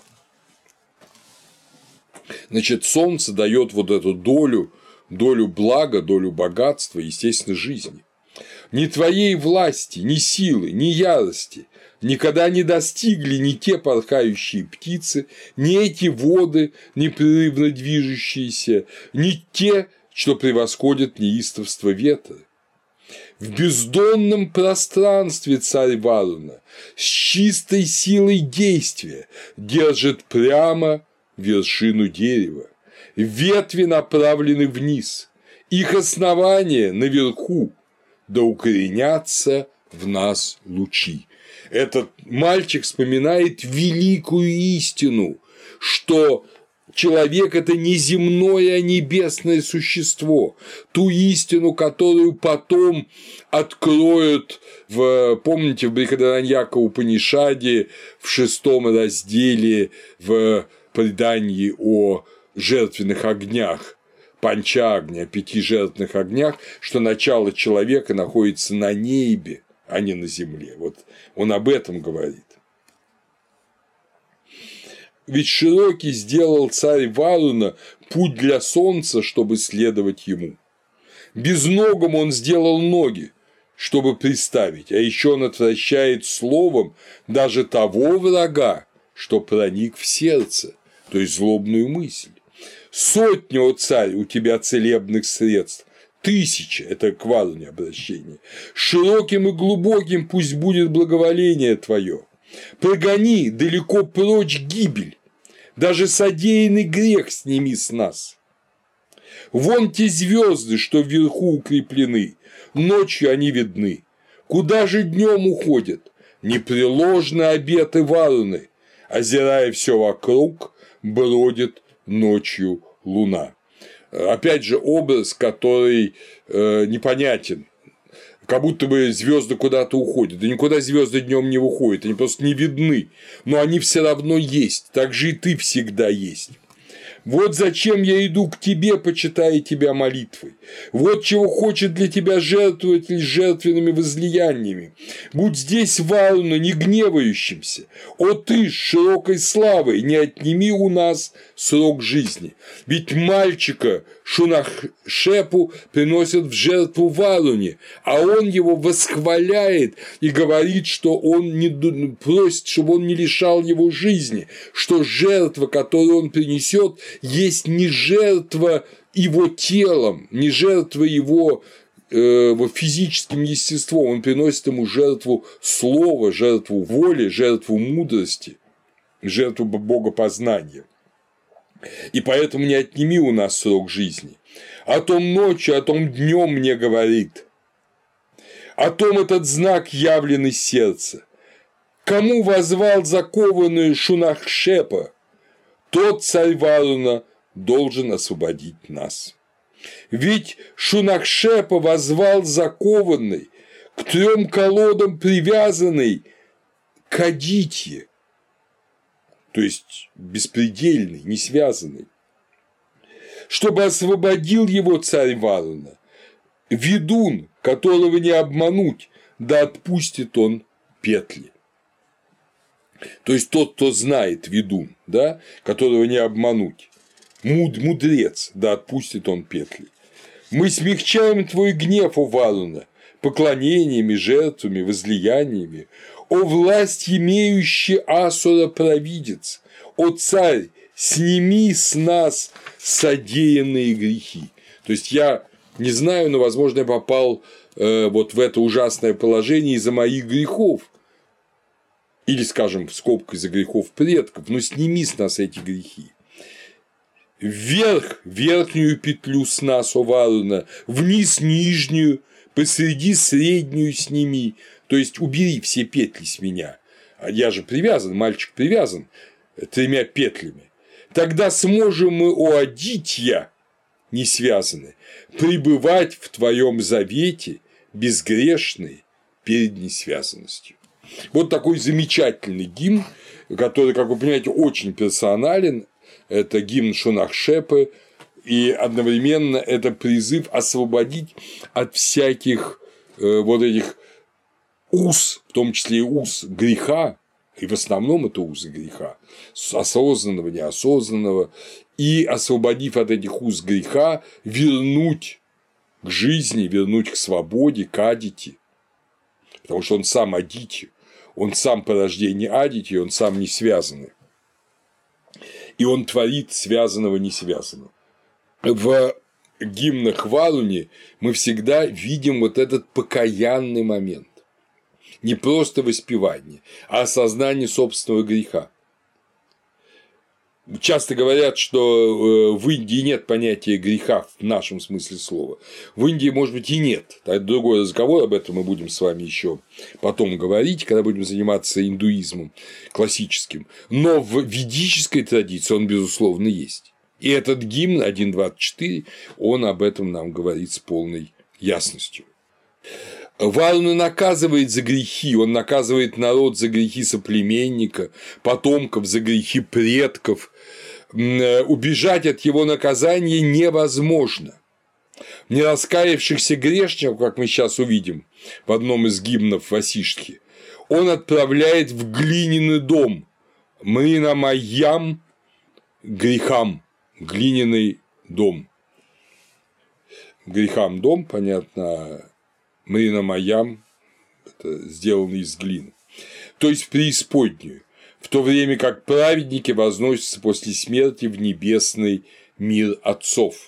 Значит, солнце дает вот эту долю блага, долю богатства, естественно, жизни. Ни твоей власти, ни силы, ни ярости никогда не достигли ни те порхающие птицы, ни эти воды, непрерывно движущиеся, ни те, что превосходят неистовство ветра. В бездонном пространстве царь Варуна с чистой силой действия держит прямо вершину дерева. Ветви направлены вниз, их основания наверху, да укоренятся в нас лучи. Этот мальчик вспоминает великую истину, что человек – это не земное, а небесное существо, ту истину, которую потом откроют помните, в Брихадараньяка Упанишаде в 6 разделе в предании о жертвенных огнях, Панчагни, о 5 жертвенных огнях, что начало человека находится на небе, а не на земле. Вот он об этом говорит. Ведь широкий сделал царь Варуна путь для солнца, чтобы следовать ему. Безногому он сделал ноги, чтобы приставить, а еще он отвращает словом даже того врага, что проник в сердце, то есть злобную мысль. 100, о царь, у тебя целебных средств, 1000 – это к Варуне обращение. Широким и глубоким пусть будет благоволение твое. Прогони далеко прочь гибель, даже содеянный грех сними с нас. Вон те звезды, что вверху укреплены, ночью они видны. Куда же днем уходят? Непреложны обеты Варуны, озирая все вокруг, бродит ночью луна. Опять же, образ, который непонятен. Как будто бы звезды куда-то уходят. Да никуда звезды днем не выходят, они просто не видны. Но они все равно есть. Так же и ты всегда есть. Вот зачем я иду к тебе, почитая тебя молитвой. Вот чего хочет для тебя жертвователь жертвенными возлияниями. Будь здесь Варуна, не гневающимся. О ты с широкой славой, не отними у нас срок жизни. Ведь мальчика Шунахшепу приносят в жертву Варуне, а он его восхваляет и говорит, что он не просит, чтобы он не лишал его жизни, что жертва, которую он принесет, есть не жертва его телом, не жертва его физическим естеством, он приносит ему жертву слова, жертву воли, жертву мудрости, жертву богопознания. И поэтому не отними у нас срок жизни. О том ночью, о том днем мне говорит, о том этот знак явлен из сердца. Кому возвал закованную Шунахшепа, тот царь Варуна должен освободить нас. Ведь Шунахшепа возвал закованный, к 3 колодам привязанный к Адитье, то есть беспредельный, не связанный, чтобы освободил его царь Варуна, ведун, которого не обмануть, да отпустит он петли. То есть тот, кто знает ведун, да, которого не обмануть. Мудрец, да отпустит он петли. Мы смягчаем твой гнев, о Варуна, поклонениями, жертвами, возлияниями. О власть имеющий Асура провидец, о царь, сними с нас содеянные грехи. То есть я не знаю, но, возможно, я попал вот в это ужасное положение из-за моих грехов. Или, скажем, в скобках из-за грехов предков, но сними с нас эти грехи. Вверх верхнюю петлю с нас, о Варуна, вниз нижнюю, посреди среднюю сними. То есть убери все петли с меня. А я же привязан, мальчик привязан 3 петлями. Тогда сможем мы, о Адитья, не связаны, пребывать в твоем завете безгрешные перед несвязанностью. Вот такой замечательный гимн, который, как вы понимаете, очень персонален. Это гимн Шунахшепы, и одновременно это призыв освободить от всяких вот этих уз, в том числе и уз греха, и в основном это узы греха, осознанного, неосознанного, и, освободив от этих уз греха, вернуть к жизни, вернуть к свободе, к Адити, потому что он сам Адити, он сам порождение Адити, он сам не связанный, и он творит связанного несвязанного. В гимнах Варуни мы всегда видим вот этот покаянный момент. Не просто воспевание, а осознание собственного греха. Часто говорят, что в Индии нет понятия греха в нашем смысле слова. В Индии, может быть, и нет. Это другой разговор, об этом мы будем с вами еще потом говорить, когда будем заниматься индуизмом классическим. Но в ведической традиции он, безусловно, есть. И этот гимн 1.24, он об этом нам говорит с полной ясностью. Варуна наказывает за грехи, он наказывает народ за грехи соплеменника, потомков, за грехи предков. Убежать от его наказания невозможно. Не раскаявшихся грешников, как мы сейчас увидим в одном из гимнов Васиштхи, он отправляет в глиняный дом, Мринамайям грехам, глиняный дом. Грехам дом, понятно, Мринамайям – это сделано из глины, то есть в преисподнюю, в то время как праведники возносятся после смерти в небесный мир отцов.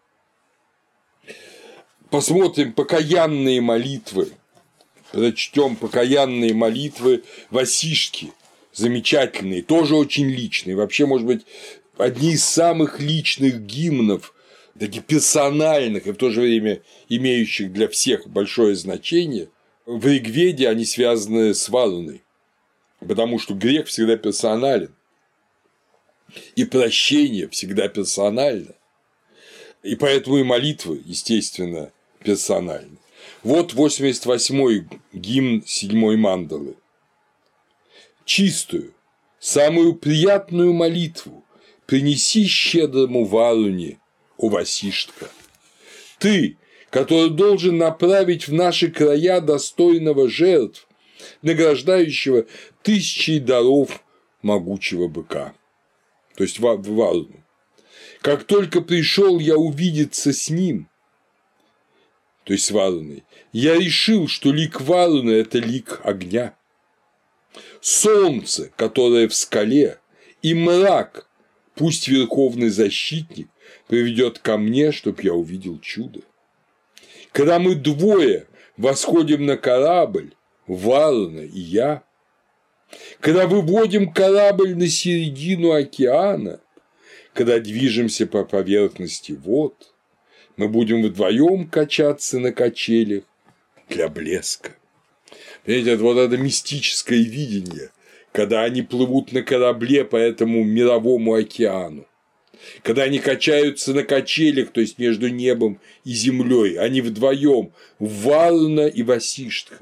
Посмотрим покаянные молитвы, прочтем покаянные молитвы Васиштхи, замечательные, тоже очень личные, вообще, может быть, одни из самых личных гимнов, таких персональных и в то же время имеющих для всех большое значение. В Ригведе они связаны с Варуной, потому что грех всегда персонален, и прощение всегда персонально, и поэтому и молитвы, естественно, персональны. Вот 88-й гимн 7-й мандалы. Чистую, самую приятную молитву принеси щедрому Варуне, о Васиштха. Ты, который должен направить в наши края достойного жертв, награждающего тысячей даров могучего быка. То есть Варуну. Как только пришел я увидеться с ним, то есть с Варуной, я решил, что лик Варуны – это лик огня. Солнце, которое в скале, и мрак, пусть верховный защитник приведет ко мне, чтоб я увидел чудо. Когда мы двое восходим на корабль, Варуна и я, когда выводим корабль на середину океана, когда движемся по поверхности вод, мы будем вдвоем качаться на качелях для блеска. Понимаете, это вот это мистическое видение, когда они плывут на корабле по этому мировому океану, когда они качаются на качелях, то есть между небом и землей, они вдвоем, Варуна и Васиштха.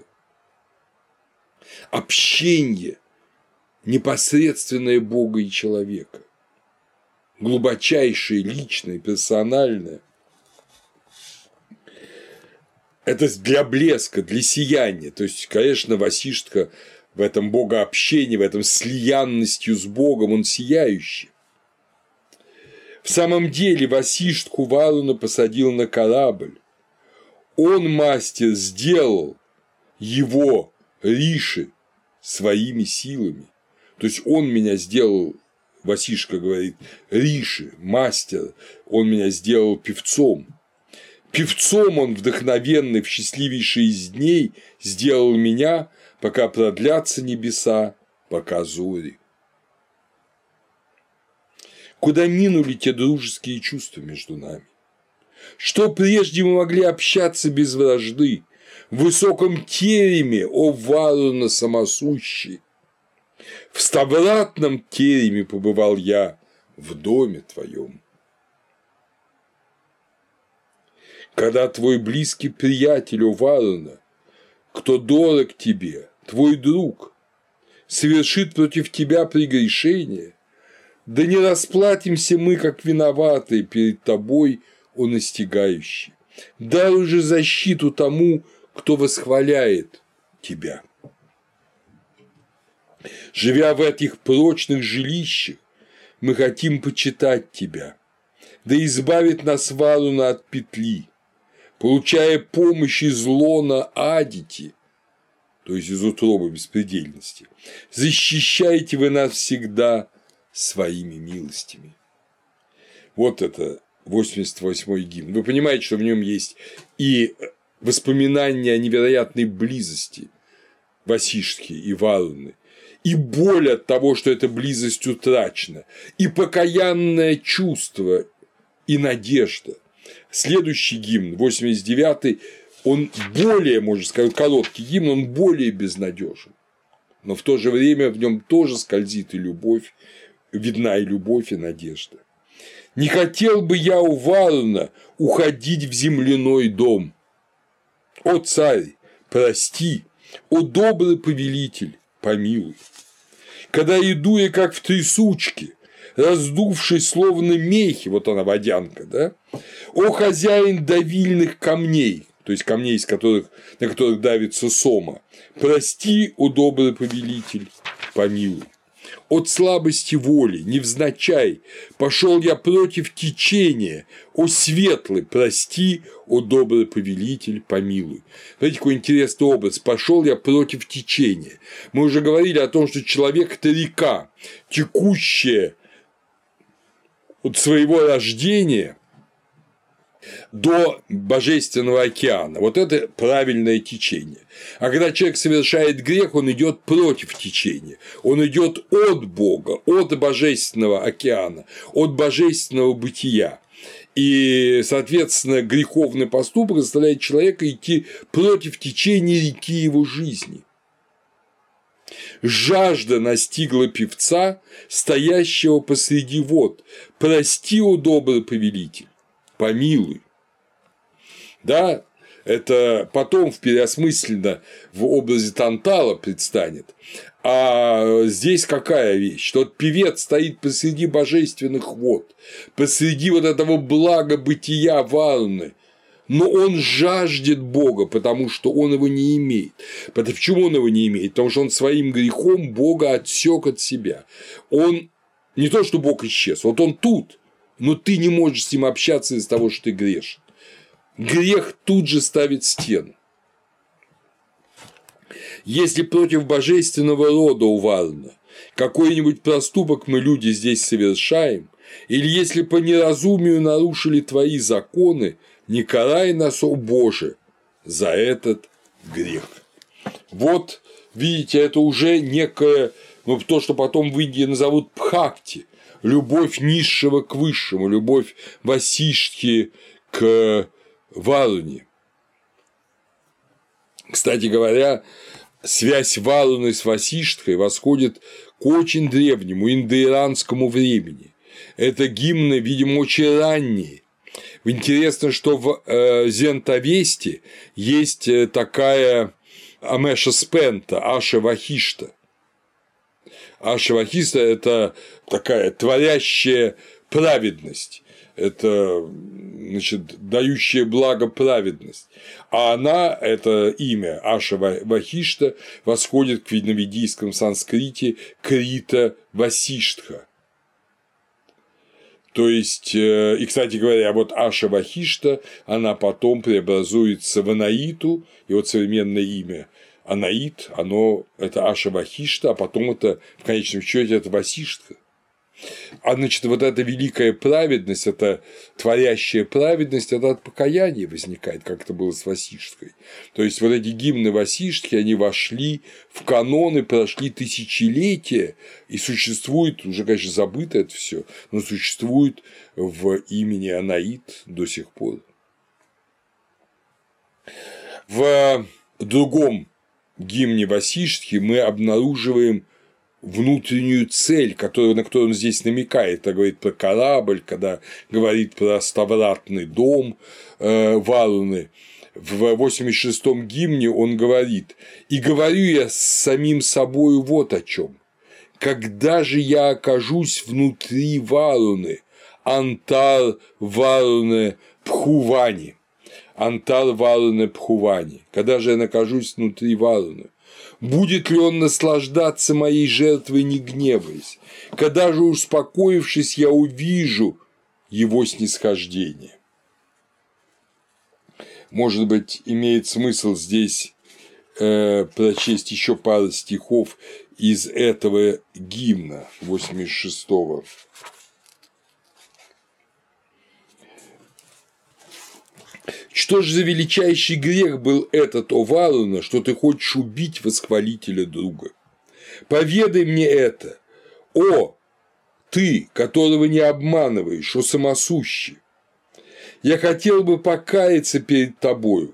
Общение непосредственное Бога и человека, глубочайшее, личное, персональное. Это для блеска, для сияния. То есть, конечно, Васиштха в этом богообщении, в этом слиянностью с Богом, он сияющий. В самом деле Васиштху Варуна посадил на корабль. Он, мастер, сделал его Риши своими силами. То есть он меня сделал, Васишка говорит, Риши, мастер, он меня сделал певцом. Певцом он, вдохновенный в счастливейший из дней, сделал меня, пока продлятся небеса, пока зори. Куда минули те дружеские чувства между нами? Что прежде мы могли общаться без вражды, в высоком тереме, о Варуна самосущий. В ставратном тереме побывал я в доме твоем. Когда твой близкий приятель, о Варуна, кто дорог тебе, твой друг, совершит против тебя прегрешение, да не расплатимся мы, как виноватые перед тобой, о настигающий. Дай же защиту тому, кто восхваляет тебя. Живя в этих прочных жилищах, мы хотим почитать тебя, да избавит нас Варуна от петли, получая помощь из лона Адити, то есть из утробы беспредельности, защищайте вы нас всегда своими милостями. Вот это 88-й гимн. Вы понимаете, что в нем есть и воспоминания о невероятной близости Васиштхи и Варуны, и боль от того, что эта близость утрачена, и покаянное чувство, и надежда. Следующий гимн, 89-й, он более, можно сказать, короткий гимн, он более безнадежен, но в то же время в нем тоже скользит и любовь, видна и любовь, и надежда. Не хотел бы я у Варуна уходить в земляной дом. О царь, прости, о добрый повелитель, помилуй. Когда иду я как в трясучке, раздувшись словно мехи, вот она водянка, да? О хозяин давильных камней, то есть камней, на которых давится сома, прости, о добрый повелитель, помилуй. От слабости воли, невзначай, пошел я против течения, о светлый, прости, о добрый повелитель, помилуй. Смотрите, какой интересный образ, пошел я против течения. Мы уже говорили о том, что человек – это река, текущая от своего рождения до Божественного океана. Вот это правильное течение. А когда человек совершает грех, он идет против течения. Он идет от Бога, от Божественного океана, от божественного бытия. И, соответственно, греховный поступок заставляет человека идти против течения реки его жизни. Жажда настигла певца, стоящего посреди вод. Прости, о добрый повелитель, помилуй. Да, это потом переосмысленно в образе Тантала предстанет. А здесь какая вещь? Что певец стоит посреди божественных вод, посреди вот этого блага бытия Варуны, но он жаждет Бога, потому что он его не имеет. Почему он его не имеет? Потому что он своим грехом Бога отсек от себя. Он не то, что Бог исчез, вот он тут, но ты не можешь с ним общаться из-за того, что ты грешен. Грех тут же ставит стену. Если против божественного рода у Варуна какой-нибудь проступок мы, люди, здесь совершаем, или если по неразумию нарушили твои законы, не карай нас, о Боже, за этот грех. Вот, видите, это уже некое, то, что потом в Индии назовут бхакти, любовь низшего к высшему, любовь Васиштхи к Варуне. Кстати говоря, связь Варуны с Васиштхой восходит к очень древнему индоиранскому времени. Это гимны, видимо, очень ранние. Интересно, что в Зентавесте есть такая Амеша Спента, Аша Вахишта. Аша Вахишта – это такая творящая праведность. Это, значит, дающая благо праведность. А она, это имя Аша Вахишта, восходит к видноведийском санскрите Крита Васиштха. То есть, и, кстати говоря, вот Аша Вахишта, она потом преобразуется в Анаиту, и вот современное имя Анаит, это Аша Вахишта, а потом это, в конечном счете, это Васиштха. А значит, вот эта великая праведность, эта творящая праведность, это от покаяния возникает, как это было с Васиштхой. То есть, вот эти гимны Васиштхи, они вошли в каноны, прошли тысячелетия, и существует, уже, конечно, забыто это все, но существует в имени Анаит до сих пор. В другом гимне Васиштхи мы обнаруживаем внутреннюю цель, на которую он здесь намекает, когда говорит про корабль, когда говорит про ставратный дом Варуны. В 86-м гимне он говорит: «И говорю я с самим собою вот о чем. Когда же я окажусь внутри Варуны, Антар Варуны Пхувани, Антар Варуны Пхувани, когда же я окажусь внутри Варуны, будет ли он наслаждаться моей жертвой, не гневаясь? Когда же, успокоившись, я увижу его снисхождение?» Может быть, имеет смысл здесь прочесть еще пару стихов из этого гимна 86-го. «Что ж за величайший грех был этот, о Варуна, что ты хочешь убить восхвалителя друга? Поведай мне это, о ты, которого не обманываешь, о самосущий! Я хотел бы покаяться перед тобою,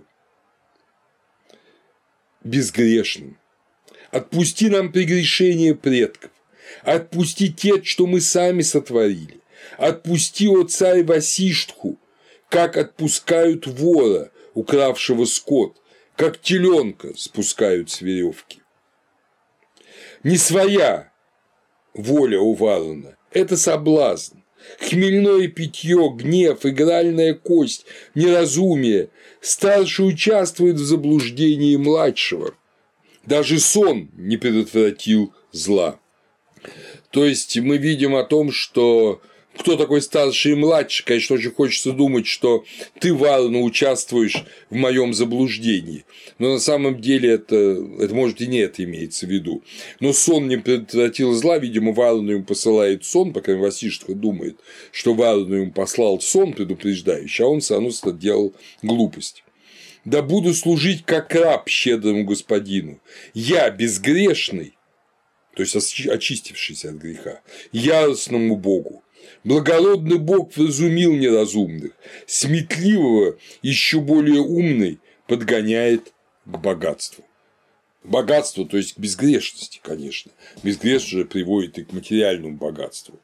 безгрешным. Отпусти нам прегрешения предков, отпусти те, что мы сами сотворили, отпусти, о царь Васиштху, как отпускают вора, укравшего скот, как теленка спускают с веревки. Не своя воля у Варуна – это соблазн, хмельное питье, гнев, игральная кость, неразумие. Старший участвует в заблуждении младшего. Даже сон не предотвратил зла. То есть мы видим о том, что кто такой старший и младший, конечно, очень хочется думать, что ты, Варуна, участвуешь в моем заблуждении, но на самом деле это может и не это имеется в виду. Но сон не предотвратил зла, видимо, Варуна ему посылает сон, пока Васиштха думает, что Варуна ему послал сон предупреждающий, а он все равно делал глупость. «Да буду служить как раб щедрому господину, я безгрешный», то есть очистившийся от греха, яростному Богу. Благородный Бог вразумил неразумных, сметливого, еще более умный, подгоняет к богатству. Богатство, то есть к безгрешности, конечно. Безгрешность же приводит и к материальному богатству.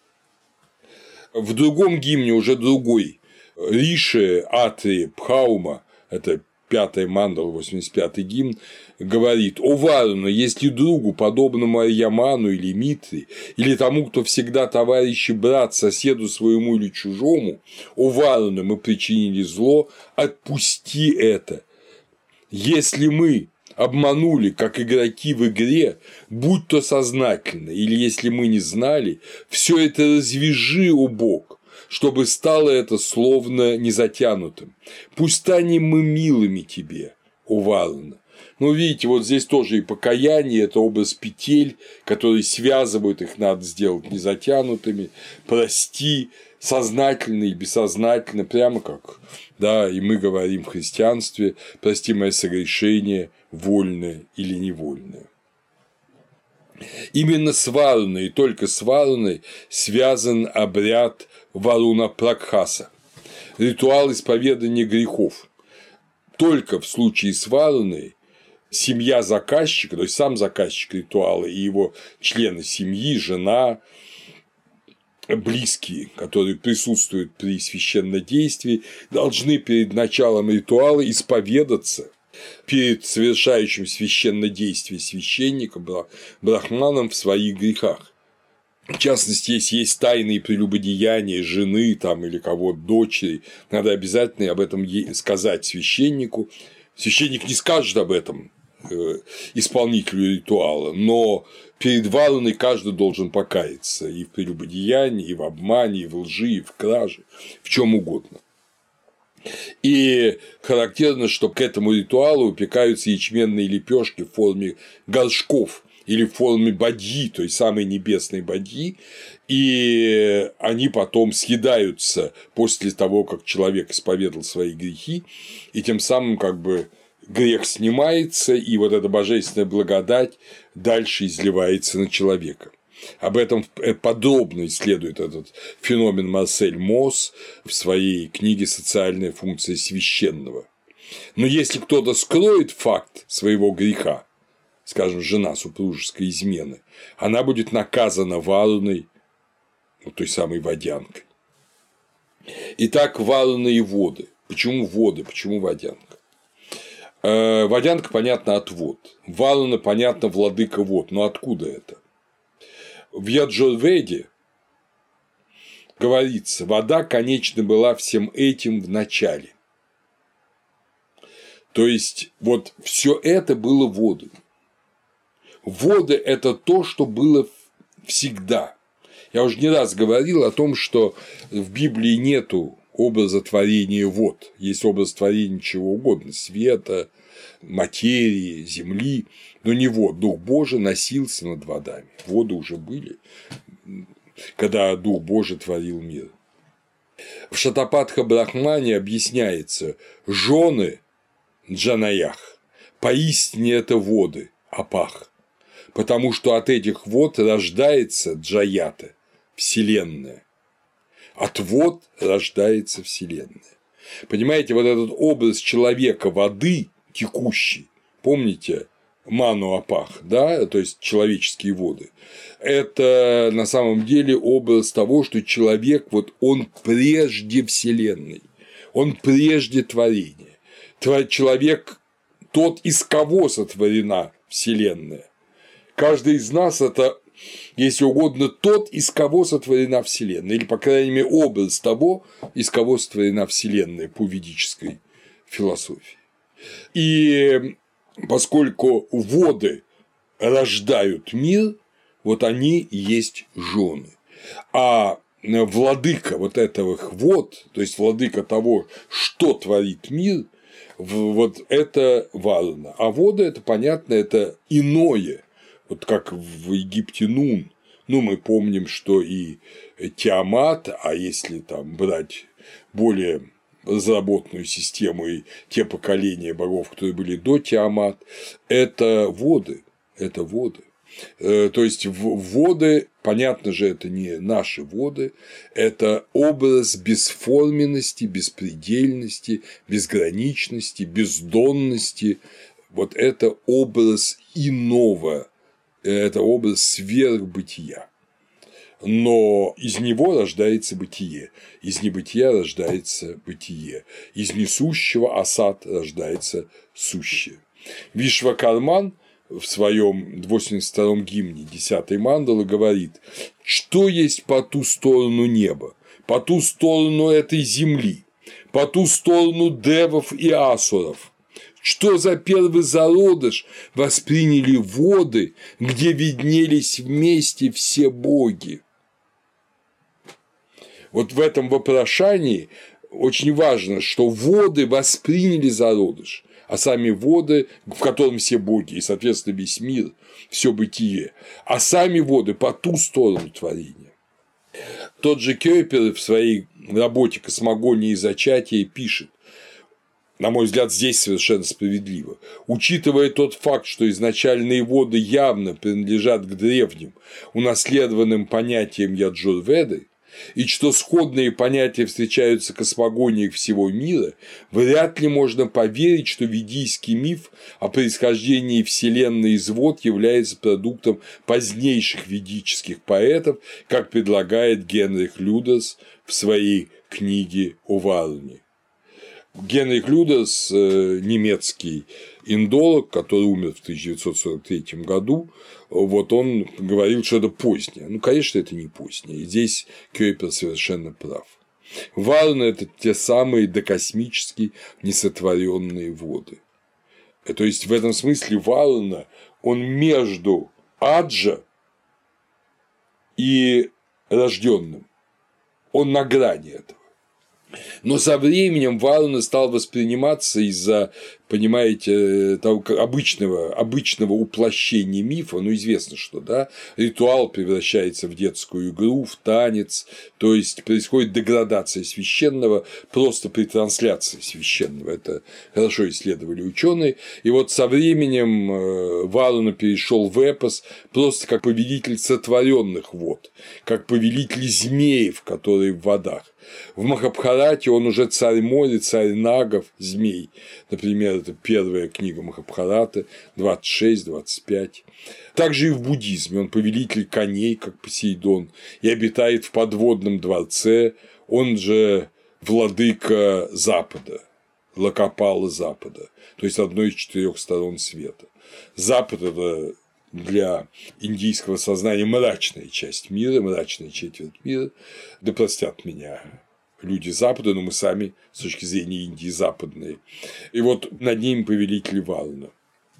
В другом гимне, уже другой, Риши Атри Пхаума, это 5-й мандала, 85-й гимн, говорит: «О Варуна, если другу, подобному Арьяману или Митре, или тому, кто всегда товарищ и брат соседу своему или чужому, о Варуна, мы причинили зло, отпусти это. Если мы обманули, как игроки в игре, будь то сознательно, или если мы не знали, все это развяжи, о Бог, чтобы стало это словно незатянутым. Пусть станем мы милыми тебе, о Варуна». Ну, видите, вот здесь тоже и покаяние – это образ петель, которые связывают, их надо сделать незатянутыми. Прости, сознательно и бессознательно, прямо как, да, и мы говорим в христианстве: прости мои согрешения, вольное или невольное. Именно с Варуной и только с Варуной связан обряд Варуна Пракхаса, ритуал исповедания грехов. Только в случае с Варуной семья заказчика, то есть сам заказчик ритуала и его члены семьи, жена, близкие, которые присутствуют при священнодействии, должны перед началом ритуала исповедаться перед совершающим священнодействие священником, брахманом, в своих грехах. В частности, если есть тайные прелюбодеяния жены там, или кого-то, дочери, надо обязательно об этом сказать священнику. Священник не скажет об этом исполнителю ритуала, но перед варуной каждый должен покаяться и в прелюбодеянии, и в обмане, и в лжи, и в краже, в чем угодно. И характерно, что к этому ритуалу упекаются ячменные лепешки в форме горшков или в форме бадьи, той самой небесной бадьи, и они потом съедаются после того, как человек исповедал свои грехи, и тем самым как бы грех снимается, и вот эта божественная благодать дальше изливается на человека. Об этом подробно исследует этот феномен Марсель Мосс в своей книге «Социальная функция священного». Но если кто-то скроет факт своего греха, скажем, жена супружеской измены, она будет наказана варуной, вот той самой водянкой. Итак, варуны и воды. Почему воды, почему водянка? Водянка, понятно, от вод. Варуна, понятно, владыка вод. Но откуда это? В Яджурведе говорится, вода, конечно, была всем этим в начале. То есть, вот все это было водой. Воды – это то, что было всегда. Я уже не раз говорил о том, что в Библии нету образа творения вод. Есть образ творения чего угодно – света, материи, земли, но не вод. Дух Божий носился над водами. Воды уже были, когда Дух Божий творил мир. В Шатапатха Брахмане объясняется: жены Джанаях поистине это воды, апах, потому что от этих вод рождается Джаята, Вселенная. От вод рождается Вселенная. Понимаете, вот этот образ человека воды текущий, помните, ману апах, да, то есть человеческие воды, это на самом деле образ того, что человек, вот он прежде Вселенной, он прежде творения. Человек тот, из кого сотворена Вселенная. Каждый из нас – это, если угодно, тот, из кого сотворена Вселенная, или, по крайней мере, образ того, из кого сотворена Вселенная по ведической философии. И поскольку воды рождают мир, вот они и есть жены. А владыка вот этого вод, то есть владыка того, что творит мир, вот это Варуна. А вода – это, понятно, это иное. Вот как в Египте Нун. Ну, мы помним, что и Тиамат, а если там брать более разработанную систему и те поколения богов, которые были до Тиамат, это воды. Это воды. То есть воды, понятно же, это не наши воды, это образ бесформенности, беспредельности, безграничности, бездонности. Вот это образ иного. Это образ сверхбытия. Но из него рождается бытие, из небытия рождается бытие, из несущего асад рождается сущее. Вишвакарман в своем 82-м гимне 10-й мандалы говорит, что есть по ту сторону неба, по ту сторону этой земли, по ту сторону девов и асуров. Что за первый зародыш восприняли воды, где виднелись вместе все боги? Вот в этом вопрошании очень важно, что воды восприняли зародыш, а сами воды, в котором все боги, и, соответственно, весь мир, все бытие, а сами воды по ту сторону творения. Тот же Кёпер в своей работе «Космогония и зачатие» пишет, на мой взгляд, здесь совершенно справедливо. Учитывая тот факт, что изначальные воды явно принадлежат к древним, унаследованным понятиям Яджурведы, и что сходные понятия встречаются в космогониях всего мира, вряд ли можно поверить, что ведийский миф о происхождении Вселенной из вод является продуктом позднейших ведических поэтов, как предлагает Генрих Людерс в своей книге о Варуне. Генрих Людерс, немецкий индолог, который умер в 1943 году, вот он говорил, что это позднее. Ну, конечно, это не позднее. И здесь Кёпер совершенно прав. Варуна – это те самые докосмические несотворенные воды. То есть в этом смысле Варуна, он между Аджа и рожденным. Он на грани этого. Но со временем Варуна стал восприниматься из-за, понимаете, того обычного уплощения мифа, ну, известно, что, да, ритуал превращается в детскую игру, в танец, то есть происходит деградация священного просто при трансляции священного. Это хорошо исследовали ученые. И вот со временем Варуна перешел в эпос просто как повелитель сотворенных вод, как повелитель змеев, которые в водах. В Махабхарате он уже царь моря, царь нагов, змей. Например, это первая книга Махабхараты, 26-25. Также и в буддизме он повелитель коней, как Посейдон, и обитает в подводном дворце, он же владыка Запада, Локопала Запада, то есть одной из 4 сторон света. Запад – это для индийского сознания мрачная часть мира, мрачная четверть мира. Да простят меня люди Запада, но мы сами с точки зрения Индии западные. И вот над ним повелитель Варуна.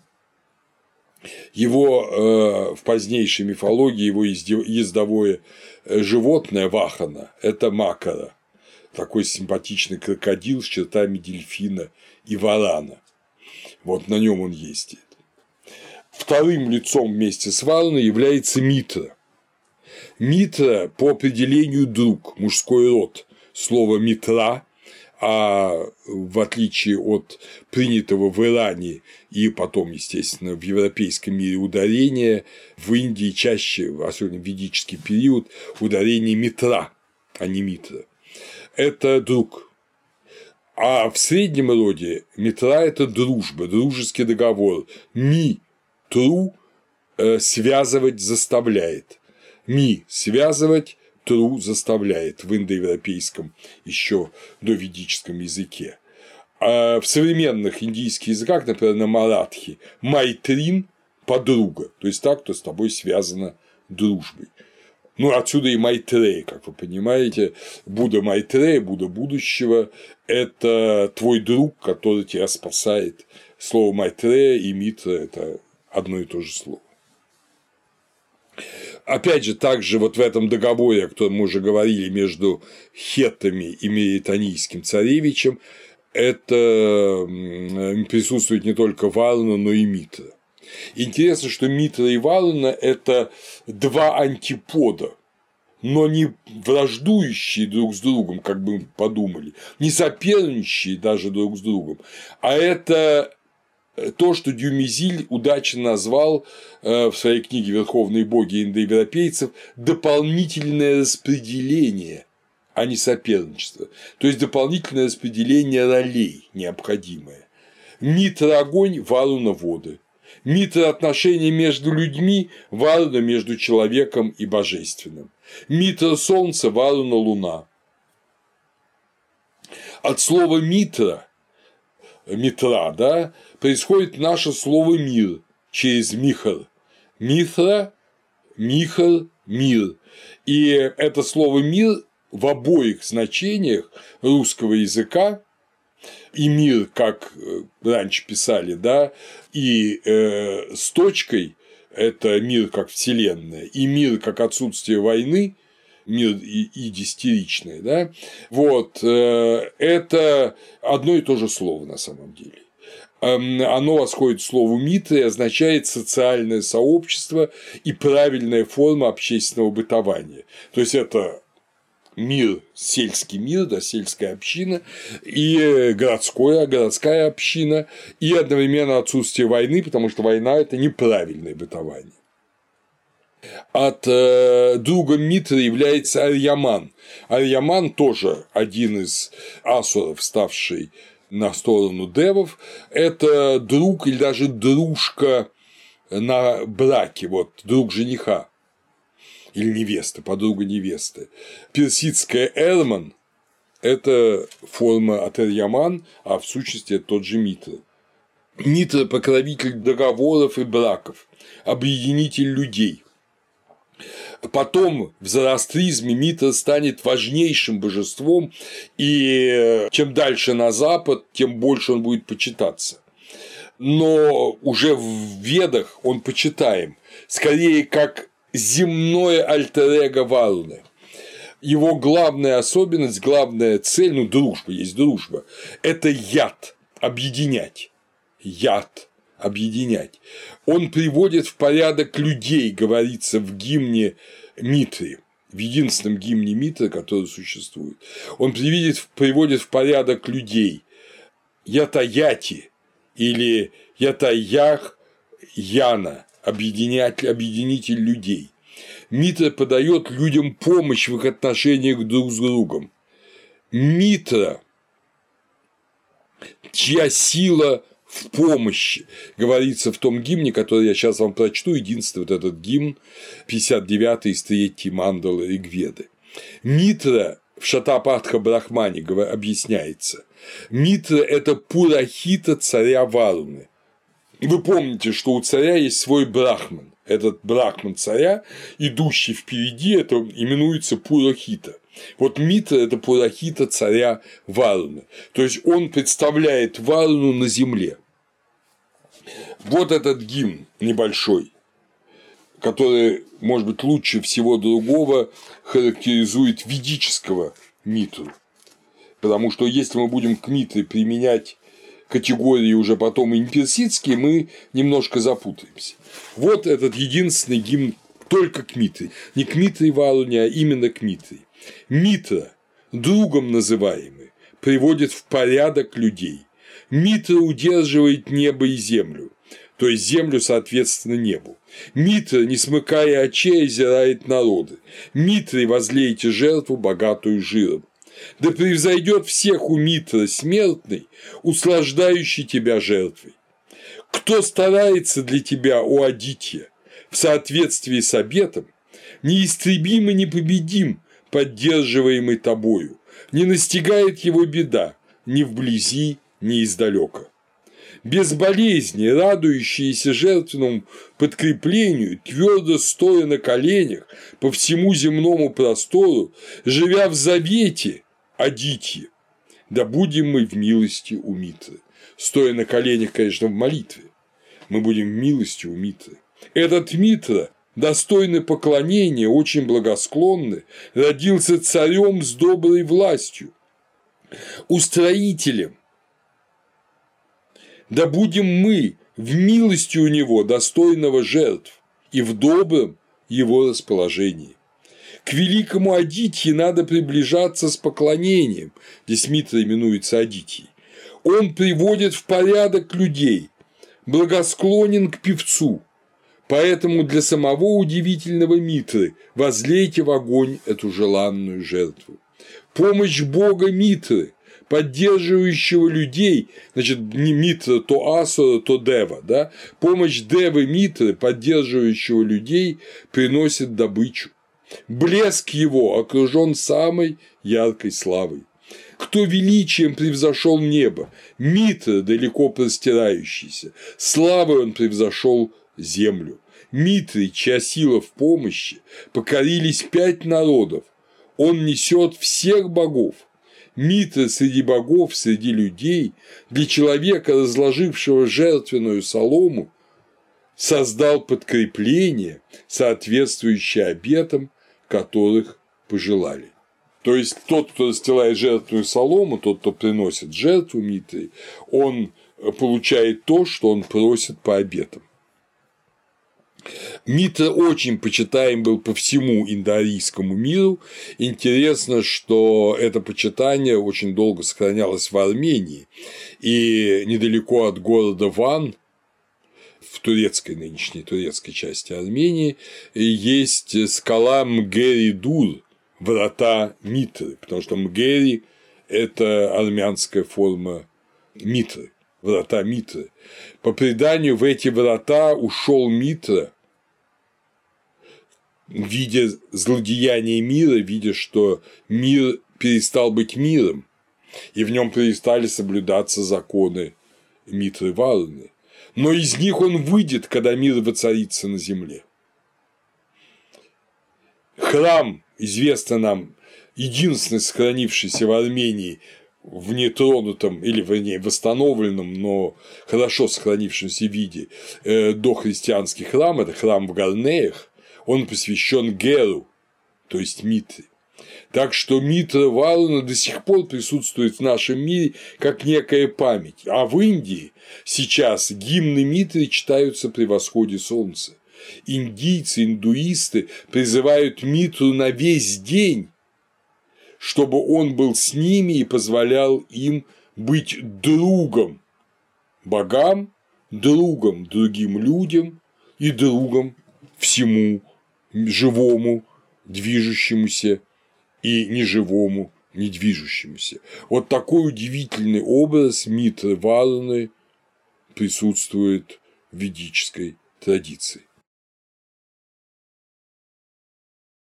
Его в позднейшей мифологии, его ездовое животное Вахана – это Макара, такой симпатичный крокодил с чертами дельфина и варана. Вот на нем он ездит. Вторым лицом вместе с Варуной является Митра. Митра по определению друг, мужской род, слово Митра, а в отличие от принятого в Иране и потом, естественно, в европейском мире ударения, в Индии чаще, особенно в ведический период, ударение Митра, а не Митра. Это друг. А в среднем роде Митра – это дружба, дружеский договор. Тру связывать заставляет. Связывать, тру заставляет в индоевропейском еще доведическом языке. А в современных индийских языках, например, на маратхи, майтрин – подруга, то есть та, кто с тобой связана дружбой. Ну, отсюда и Майтрея, как вы понимаете, Будда Майтрея, Будда будущего – это твой друг, который тебя спасает. Слово Майтрея и Митра – это одно и то же слово. Опять же, также вот в этом договоре, о котором мы уже говорили, между хеттами и Меританийским царевичем, это присутствует не только Варуна, но и Митра. Интересно, что Митра и Варуна – это два антипода, но не враждующие друг с другом, как бы мы подумали, не соперничающие даже друг с другом, а это то, что Дюмизиль удачно назвал в своей книге «Верховные боги индоевропейцев» дополнительное распределение, а не соперничество, то есть дополнительное распределение ролей необходимое. Митра – огонь, Варуна – воды. Митра – отношения между людьми, Варуна – между человеком и божественным. Митра – солнце, Варуна – луна. От слова Митра, да, происходит наше слово «мир» через Михар. Митра, Михар, мир. И это слово «мир» в обоих значениях русского языка, и мир, как раньше писали, да, и с точкой – это мир как вселенная, и мир как отсутствие войны, мир и десятиричное, да, вот, это одно и то же слово на самом деле. Оно восходит к слову «митра» и означает социальное сообщество и правильная форма общественного бытования. То есть это мир, сельский мир, да, сельская община, и городская община, и одновременно отсутствие войны, потому что война – это неправильное бытование. От друга Митры является Арьяман. Арьяман тоже один из асуров, ставший на сторону девов. Это друг или даже дружка на браке, вот, друг жениха или невесты, подруга невесты. Персидская Эрман – это форма от Арьяман, а в сущности это тот же Митра. Митра – покровитель договоров и браков, объединитель людей. Потом в зороастризме Митра станет важнейшим божеством, и чем дальше на запад, тем больше он будет почитаться. но уже в Ведах он почитаем, скорее как земное альтер-эго Варуны. Его главная особенность, главная цель, ну, дружба, есть дружба, это яд, объединять. Яд, объединять. Он приводит в порядок людей, говорится в гимне Митры, в единственном гимне Митры, который существует. Он приводит в порядок людей. Ятаяти или Ятаях Яна, объединитель людей. Митра подает людям помощь в их отношениях друг с другом. Митра, чья сила в помощи, говорится в том гимне, который я сейчас вам прочту, единственный вот этот гимн, 59-й из 3-й мандалы Ригведы. Митра в Шатапатха Брахмане объясняется. Митра – это Пурахита царя Варуны. Вы помните, что у царя есть свой брахман. Этот брахман царя, идущий впереди, это именуется Пурахита. Вот Митра – это Пурахита царя Варуны. То есть он представляет Варуну на земле. Вот этот гимн небольшой, который, может быть, лучше всего другого характеризует ведического Митру. Потому что если мы будем к Митре применять категории уже потом имперсидские, мы немножко запутаемся. Вот этот единственный гимн только к Митре. Не к Митре Варуне, а именно к Митре. Митра, другом называемый, приводит в порядок людей. Митра удерживает небо и землю, то есть землю соответственно небу. Митра, не смыкая очей, озирает народы. Митре возлейте жертву, богатую жиром. Да превзойдет всех у Митра смертный, услаждающий тебя жертвой. Кто старается для тебя, о Адитья, в соответствии с обетом, неистребим и непобедим, поддерживаемый тобою, не настигает его беда ни вблизи, ни издалека. Без болезни, радующиеся жертвенному подкреплению, твердо стоя на коленях по всему земному простору, живя в завете, Адитье, да будем мы в милости у Митры. Стоя на коленях, конечно, в молитве, мы будем в милости у Митры. Этот Митра, достойный поклонения, очень благосклонный, родился царем с доброй властью, устроителем. Да будем мы в милости у него, достойного жертв, и в добром его расположении. К великому Адитье надо приближаться с поклонением, здесь Митра именуется Адитьей. Он приводит в порядок людей, благосклонен к певцу, поэтому для самого удивительного Митры возлейте в огонь эту желанную жертву. Помощь Бога Митры, поддерживающего людей, значит, не Митра, то Асура, то Дева, да? Помощь Девы Митры, поддерживающего людей, приносит добычу. Блеск его окружен самой яркой славой. Кто величием превзошел небо, Митра, далеко простирающийся, славой он превзошел землю. Митры, чья сила в помощи, покорились 5 народов. Он несет всех богов. Митра среди богов, среди людей, для человека, разложившего жертвенную солому, создал подкрепление, соответствующее обетам, которых пожелали. То есть тот, кто расстилает жертвенную солому, тот, кто приносит жертву Митре, он получает то, что он просит по обетам. Митра очень почитаем был по всему индоарийскому миру. Интересно, что это почитание очень долго сохранялось в Армении, и недалеко от города Ван, в нынешней турецкой части Армении, есть скала Мгери-Дур, врата Митры, потому что Мгери – это армянская форма Митры, врата Митры. По преданию, в эти врата ушел Митра, видя злодеяние мира, видя, что мир перестал быть миром, и в нем перестали соблюдаться законы Митры Варуны. Но из них он выйдет, когда мир воцарится на земле. Храм, известно нам, единственный сохранившийся в Армении в нетронутом или, вернее, восстановленном, но хорошо сохранившемся виде дохристианский храм, это храм в Гарнеях, он посвящен Геру, то есть Митре. Так что Митра Варуна до сих пор присутствует в нашем мире как некая память. А в Индии сейчас гимны Митры читаются при восходе солнца. Индийцы, индуисты призывают Митру на весь день, чтобы он был с ними и позволял им быть другом богам, другом другим людям и другом всему живому, движущемуся и неживому, недвижущемуся. Вот такой удивительный образ Митры Варуны присутствует в ведической традиции.